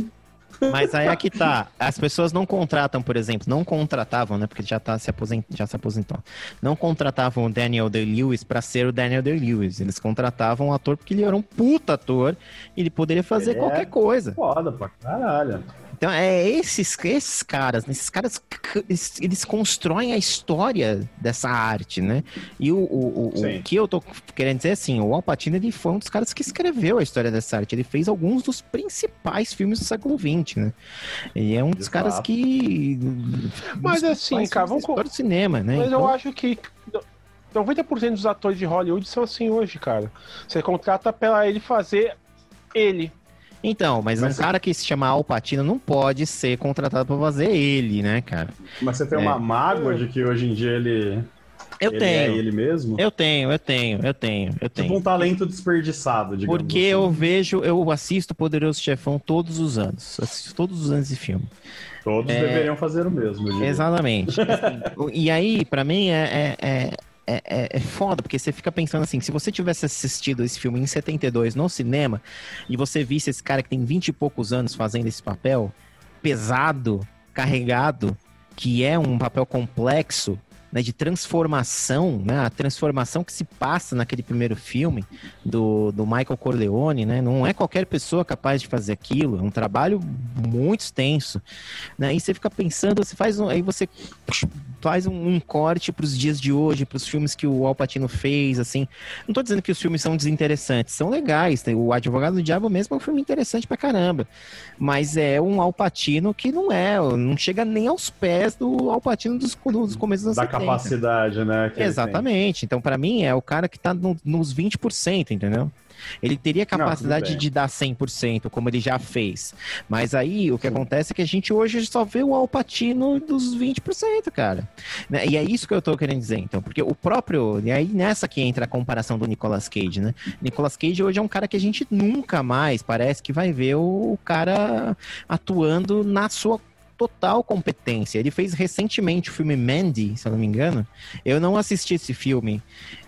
Mas aí é que tá. As pessoas não contratam, por exemplo, não contratavam, né? Porque já, tá se aposent... já se aposentou. Não contratavam o Daniel Day-Lewis pra ser o Daniel Day-Lewis. Eles contratavam o ator porque ele era um puta ator e ele poderia fazer Ele qualquer é coisa. Foda pra caralho. Então, é esses, esses caras, esses caras, eles, eles constroem a história dessa arte, né? E o, o, o, o que eu tô querendo dizer, assim, o Al Pacino, ele foi um dos caras que escreveu a história dessa arte. Ele fez alguns dos principais filmes do século vinte, né? Ele é um dos De caras fato. que... Mas assim, cara, vamos... do cinema, né? Mas Então, eu acho que noventa por cento dos atores de Hollywood são assim hoje, cara. Você contrata pra ele fazer ele. Então, mas, Mas um cara que se chama Al Pacino não pode ser contratado pra fazer ele, né, cara? Mas você tem É. uma mágoa de que hoje em dia ele, Eu ele tenho. é ele mesmo? Eu tenho, eu tenho, eu tenho, eu tenho. Tipo um talento desperdiçado, digamos Porque assim. eu vejo, eu assisto Poderoso Chefão todos os anos. Assisto todos os anos de filme. Todos É. deveriam fazer o mesmo. eu diria. Exatamente. Assim, e aí, pra mim, é, é, é, é, é foda, porque você fica pensando assim, se você tivesse assistido esse filme em setenta e dois no cinema, e você visse esse cara que tem vinte e poucos anos fazendo esse papel, pesado, carregado, que é um papel complexo, né, de transformação, né, a transformação que se passa naquele primeiro filme do, do Michael Corleone, né, não é qualquer pessoa capaz de fazer aquilo, é um trabalho muito extenso, né, e você fica pensando, você faz um, aí você faz um, um corte para os dias de hoje, para os filmes que o Al Pacino fez, assim, não tô dizendo que os filmes são desinteressantes, são legais, o Advogado do Diabo mesmo é um filme interessante pra caramba, mas é um Al Pacino que não é, não chega nem aos pés do Al Pacino dos, dos começos dos Da anos setenta. capacidade, né? que ele Exatamente. Então, pra mim, é o cara que tá no- nos vinte por cento, entendeu? Ele teria capacidade bem. de dar cem por cento, como ele já fez. Mas aí, o que acontece é que a gente hoje só vê o Al Pacino dos vinte por cento, cara. Né? E é isso que eu tô querendo dizer, então. Porque o próprio... E aí, nessa que entra a comparação do Nicolas Cage, né? Nicolas Cage hoje é um cara que a gente nunca mais parece que vai ver o cara atuando na sua total competência. Ele fez recentemente o filme Mandy, se eu não me engano. Eu não assisti esse filme.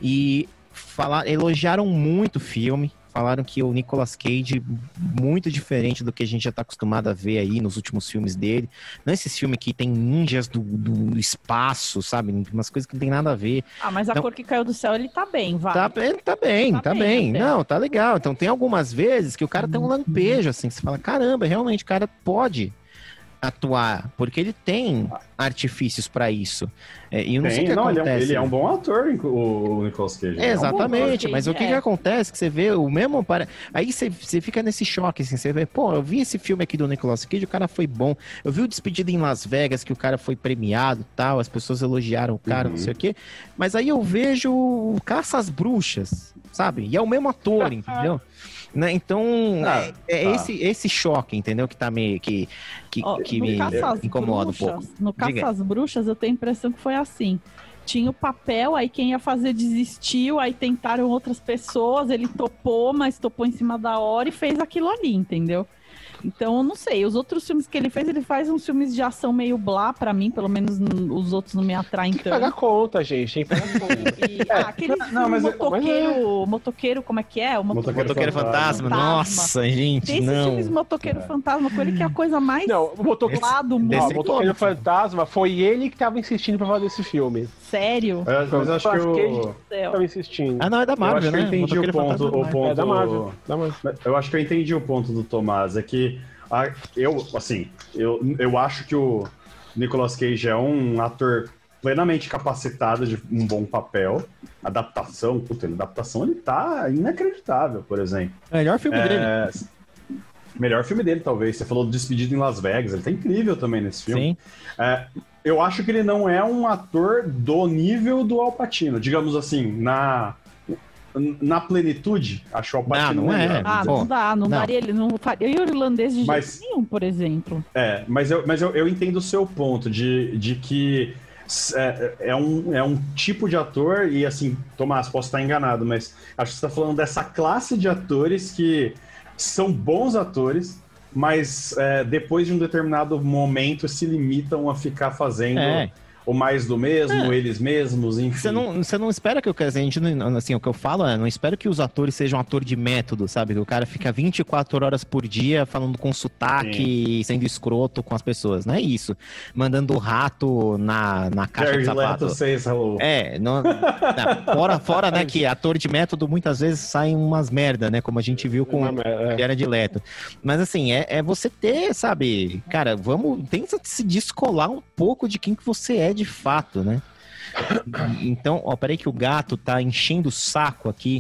E falar, elogiaram muito o filme. Falaram que o Nicolas Cage, muito diferente do que a gente já tá acostumado a ver aí nos últimos filmes dele. Não esse filme que tem ninjas do, do espaço, sabe? Umas coisas que não tem nada a ver. Ah, mas a Então- cor que caiu do céu, ele tá bem, vai. Tá, ele tá bem, tá, Tá bem. bem, até. Não, tá legal. Então tem algumas vezes que o cara tem um lampejo, assim, que você fala, caramba, realmente o cara pode atuar, porque ele tem artifícios pra isso. É, e eu não sei o Tem, que não, ele é, um, acontece. ele é um bom ator, o, o Nicolas Cage. Ele é um bom Exatamente, ator. mas o que, É. que acontece? Que você vê o mesmo. Para... Aí você, você fica nesse choque, assim, você vê, pô, eu vi esse filme aqui do Nicolas Cage, o cara foi bom. Eu vi o Despedida em Las Vegas, que o cara foi premiado tal, as pessoas elogiaram o cara, Uhum. não sei o quê. Mas aí eu vejo o Caça às Bruxas, sabe? E é o mesmo ator, entendeu? Né? Então, Ah, é, é tá. esse, esse choque, entendeu? Que tá meio. Que, que, Ó, que no me Caça às incomoda um Bruxas- pouco. No Caça Diga. às Bruxas, eu tenho a impressão que foi assim. Tinha o papel, aí quem ia fazer desistiu, aí tentaram outras pessoas, ele topou, mas topou em cima da hora e fez aquilo ali, entendeu? Então, eu não sei. Os outros filmes que ele fez, ele faz uns filmes de ação meio blá pra mim, pelo menos n- os outros não me atraem Tem que pagar tanto. conta, gente. Tem que pagar conta. E, ah, aquele não, filme mas é- motoqueiro, motoqueiro, como é que é? O motoqueiro. Motoqueiro Fantasma, Fantasma. nossa, gente, Tem esses não. filmes motoqueiro fantasma com ele que é a coisa mais Não, o motoqueiro, lá do ó, mundo. o Desse- motoqueiro fantasma foi ele que tava insistindo pra fazer esse filme. Sério? É, mas eu acho que o... Céu. Tava insistindo. Ah, não, é da Eu Marvel, acho que eu né? entendi o Motoqueiro ponto, Fantasma é da o Marvel. ponto. É da Marvel. Da Marvel. Eu acho que eu entendi o ponto do Tomás. É que a- eu, assim, eu, eu acho que o Nicolas Cage é um ator plenamente capacitado de um bom papel. Adaptação, puta, ele- adaptação ele tá inacreditável, por exemplo. Melhor filme dele. É, melhor filme dele, talvez. Você falou do Despedido em Las Vegas, ele tá incrível também nesse filme. Sim. É, eu acho que ele não é um ator do nível do Al Pacino, digamos assim, na, na plenitude. Acho o Al Pacino Não, não é. melhor. Ah, Bom, não dá, não, não. daria, ele não faria o irlandês de Mas- jeito nenhum, por exemplo. É, mas eu, mas eu, eu entendo o seu ponto de, de que é, é, um, é um tipo de ator, e assim, Tomás, posso estar enganado, mas acho que você está falando dessa classe de atores que são bons atores, mas é, depois de um determinado momento se limitam a ficar fazendo É. o mais do mesmo, É. eles mesmos, enfim. Você não, você não espera que eu, a gente, não- assim, o que eu falo é, não espero que os atores sejam ator de método, sabe? Que o cara fica vinte e quatro horas por dia falando com sotaque e sendo escroto com as pessoas, não é isso. Mandando o rato na, na caixa de Jared sapato. Leto says hello. É, não, não, fora, fora, né, que ator de método muitas vezes saem umas merda, né, como a gente viu com Uma merda, é. Jared Leto. Mas assim, é, é você ter, sabe, cara, vamos, tenta se descolar um pouco de quem que você é de fato, né? Então, ó, peraí que o gato tá enchendo o saco aqui.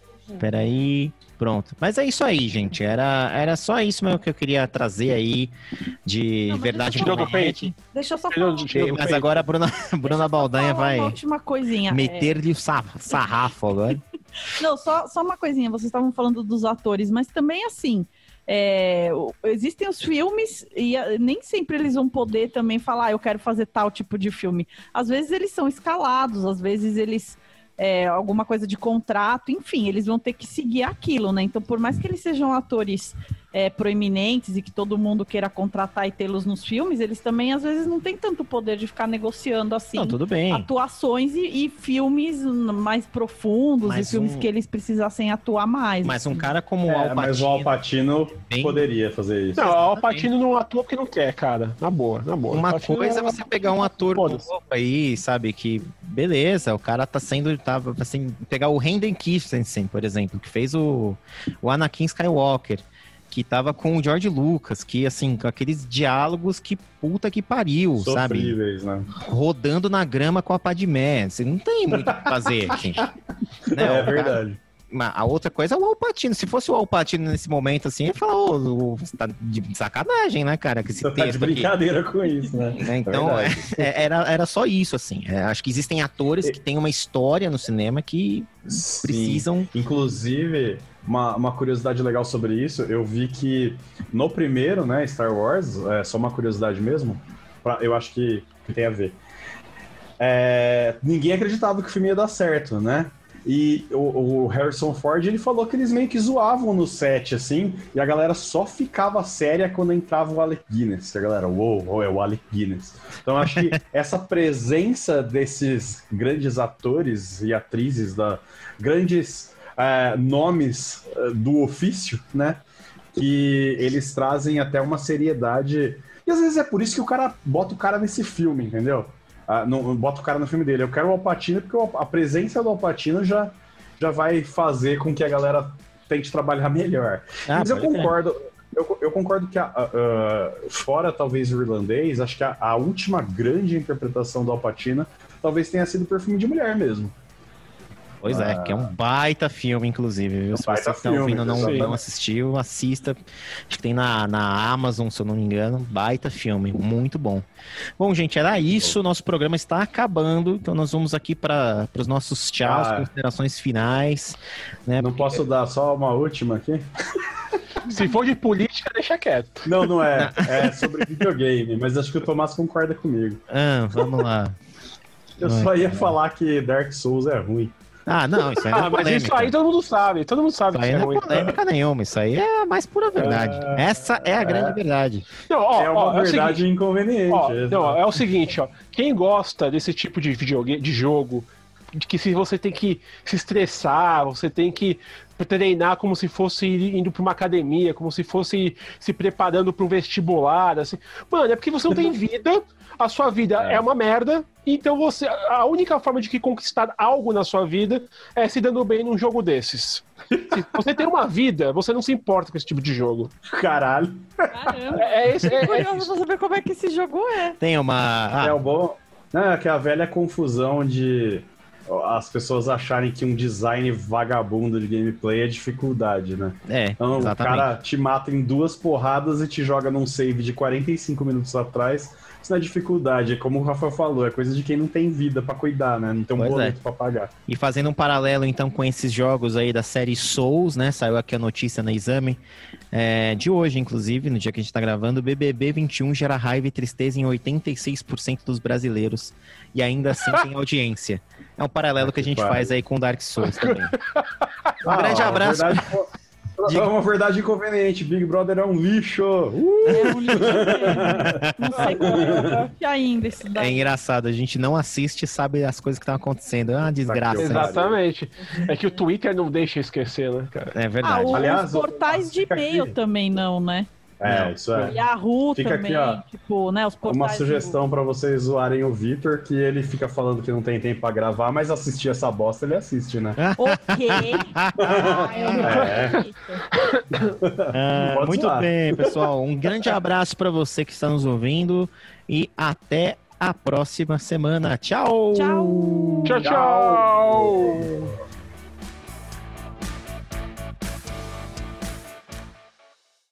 Peraí, pronto. Mas é isso aí, gente, era, era só isso mesmo que eu queria trazer aí de Não, mas verdade deixa eu Tirou do peito. Deixa eu só Tirou falar, do- tirou do Mas peito. agora a Bruna, Bruna Baldanha falar vai uma última coisinha. É, meter-lhe o sa- sarrafo agora. Não, só, só uma coisinha. Vocês estavam falando dos atores, mas também assim. é, o- existem os filmes e ah, nem sempre eles vão poder também falar, ah, eu quero fazer tal tipo de filme. Às vezes eles são escalados, às vezes eles. é, alguma coisa de contrato, enfim, eles vão ter que seguir aquilo, né? Então, por mais que eles sejam atores é, proeminentes e que todo mundo queira contratar e tê-los nos filmes, eles também às vezes não têm tanto poder de ficar negociando assim. Não, tudo bem. Atuações e, e filmes mais profundos Mas e filmes um- que eles precisassem atuar mais. Mas um cara como o É, Al mas o Al Pacino, Pacino bem- poderia fazer isso. Não, o Al Pacino não atua porque não quer, cara. Na boa, na boa. uma Al Pacino coisa é você pegar um ator Foda-se. novo aí, sabe, que beleza, o cara tá sendo, tava assim, pegar o Hayden Christensen, por exemplo, que fez o, o Anakin Skywalker, que tava com o George Lucas, que assim, com aqueles diálogos que puta que pariu, sabe? Sofríveis, né? Rodando na grama com a Padmé, você não tem muito o que fazer, assim. Né? É O cara- verdade. Mas a outra coisa é o Al Pacino. Se fosse o Al Pacino nesse momento, assim, ele fala, ô, ô, você tá de sacanagem, né, cara, com esse Você tá de texto aqui. brincadeira com isso, né? Né, Então, É é- verdade. é- era, era só isso, assim. É, acho que existem atores que têm uma história no cinema que Sim. precisam... Inclusive, uma, uma curiosidade legal sobre isso, eu vi que no primeiro, né, Star Wars, é só uma curiosidade mesmo, pra- eu acho que, que tem a ver. É, ninguém acreditava que o filme ia dar certo, né? E o, o Harrison Ford, ele falou que eles meio que zoavam no set, assim, e a galera só ficava séria quando entrava o Alec Guinness. A galera, uou, uou, é o Alec Guinness. Então, eu acho que essa presença desses grandes atores e atrizes, da, grandes é, nomes é, do ofício, né, que eles trazem até uma seriedade. E às vezes é por isso que o cara bota o cara nesse filme, entendeu? Ah, não, não bota o cara no filme dele. Eu quero o Al Pacino porque o- a presença do Al Pacino já, já vai fazer com que a galera tente trabalhar melhor. Ah, Mas eu pode crer. concordo, eu, eu concordo que, a, a- a- fora talvez o irlandês, acho que a, a última grande interpretação do Al Pacino talvez tenha sido Perfume de Mulher mesmo. Pois é, que é um baita filme, inclusive, viu? Um Se baita você que tá filme, ouvindo não, exatamente. não assistiu, assista. Acho que tem na, na Amazon, se eu não me engano. Baita filme, muito bom. Bom, gente, era isso. Nosso programa está acabando, então nós vamos aqui para os nossos tchauz, Ah. considerações finais. Né? Não posso dar só uma última aqui? Se for de política, deixa quieto. Não, não é. É sobre videogame, mas acho que o Tomás concorda comigo. Ah, vamos lá. Eu só ia falar que Dark Souls é ruim. Ah, não, isso aí não é Ah, mas polêmica. isso aí todo mundo sabe. Todo mundo sabe Isso que aí isso é não é ruim. polêmica nenhuma, isso aí é a mais pura verdade. Essa é a grande verdade. Não, ó, é uma ó, é o verdade seguinte, inconveniente. ó, exato. não, é o seguinte, ó. Quem gosta desse tipo de videogame, de jogo, de que se você tem que se estressar, você tem que treinar como se fosse indo para uma academia, como se fosse se preparando para um vestibular, assim. Mano, é porque você não tem vida, a sua vida é, É. uma merda, então você a única forma de que conquistar algo na sua vida é se dando bem num jogo desses. Se você tem uma vida, você não se importa com esse tipo de jogo. Caralho. Caramba. É, é, esse- é, é Curioso isso. pra saber como é que esse jogo é. Tem uma. É Ah, o bom. Não, é que a velha confusão de as pessoas acharem que um design vagabundo de gameplay é dificuldade, né? é, Então o exatamente. cara te mata em duas porradas e te joga num save de quarenta e cinco minutos atrás. Isso não é dificuldade, é como o Rafa falou, é coisa de quem não tem vida pra cuidar, né? Não tem um Pois é. boleto pra pagar. E fazendo um paralelo, então, com esses jogos aí da série Souls, né? Saiu aqui a notícia na Exame é, de hoje, inclusive, no dia que a gente tá gravando, o B B B vinte e um gera raiva e tristeza em oitenta e seis por cento dos brasileiros. E ainda assim tem audiência. É um paralelo Ah, que a que gente pariu. faz aí com Dark Souls também. Um Ah, grande na abraço. verdade, fo- É uma verdade inconveniente. Big Brother é um lixo. Uh! É um lixo mesmo. Não sei como é ainda isso É daí. engraçado, a gente não assiste e sabe as coisas que estão acontecendo. É uma desgraça. Exato. Exatamente. É que o Twitter não deixa esquecer, né, cara? É Ah, verdade. o- Aliás, os portais de fica e-mail aqui. também não, né? É, isso é. Yahoo Fica também, aqui, ó, tipo, né, os portais... Uma do- sugestão pra vocês zoarem o Vitor, que ele fica falando que não tem tempo pra gravar, mas assistir essa bosta ele assiste, né? Ok. Ah, eu não É. acredito. Ah, Pode muito zoar. bem, pessoal. Um grande abraço para você que está nos ouvindo e até a próxima semana. Tchau! Tchau. Tchau, tchau!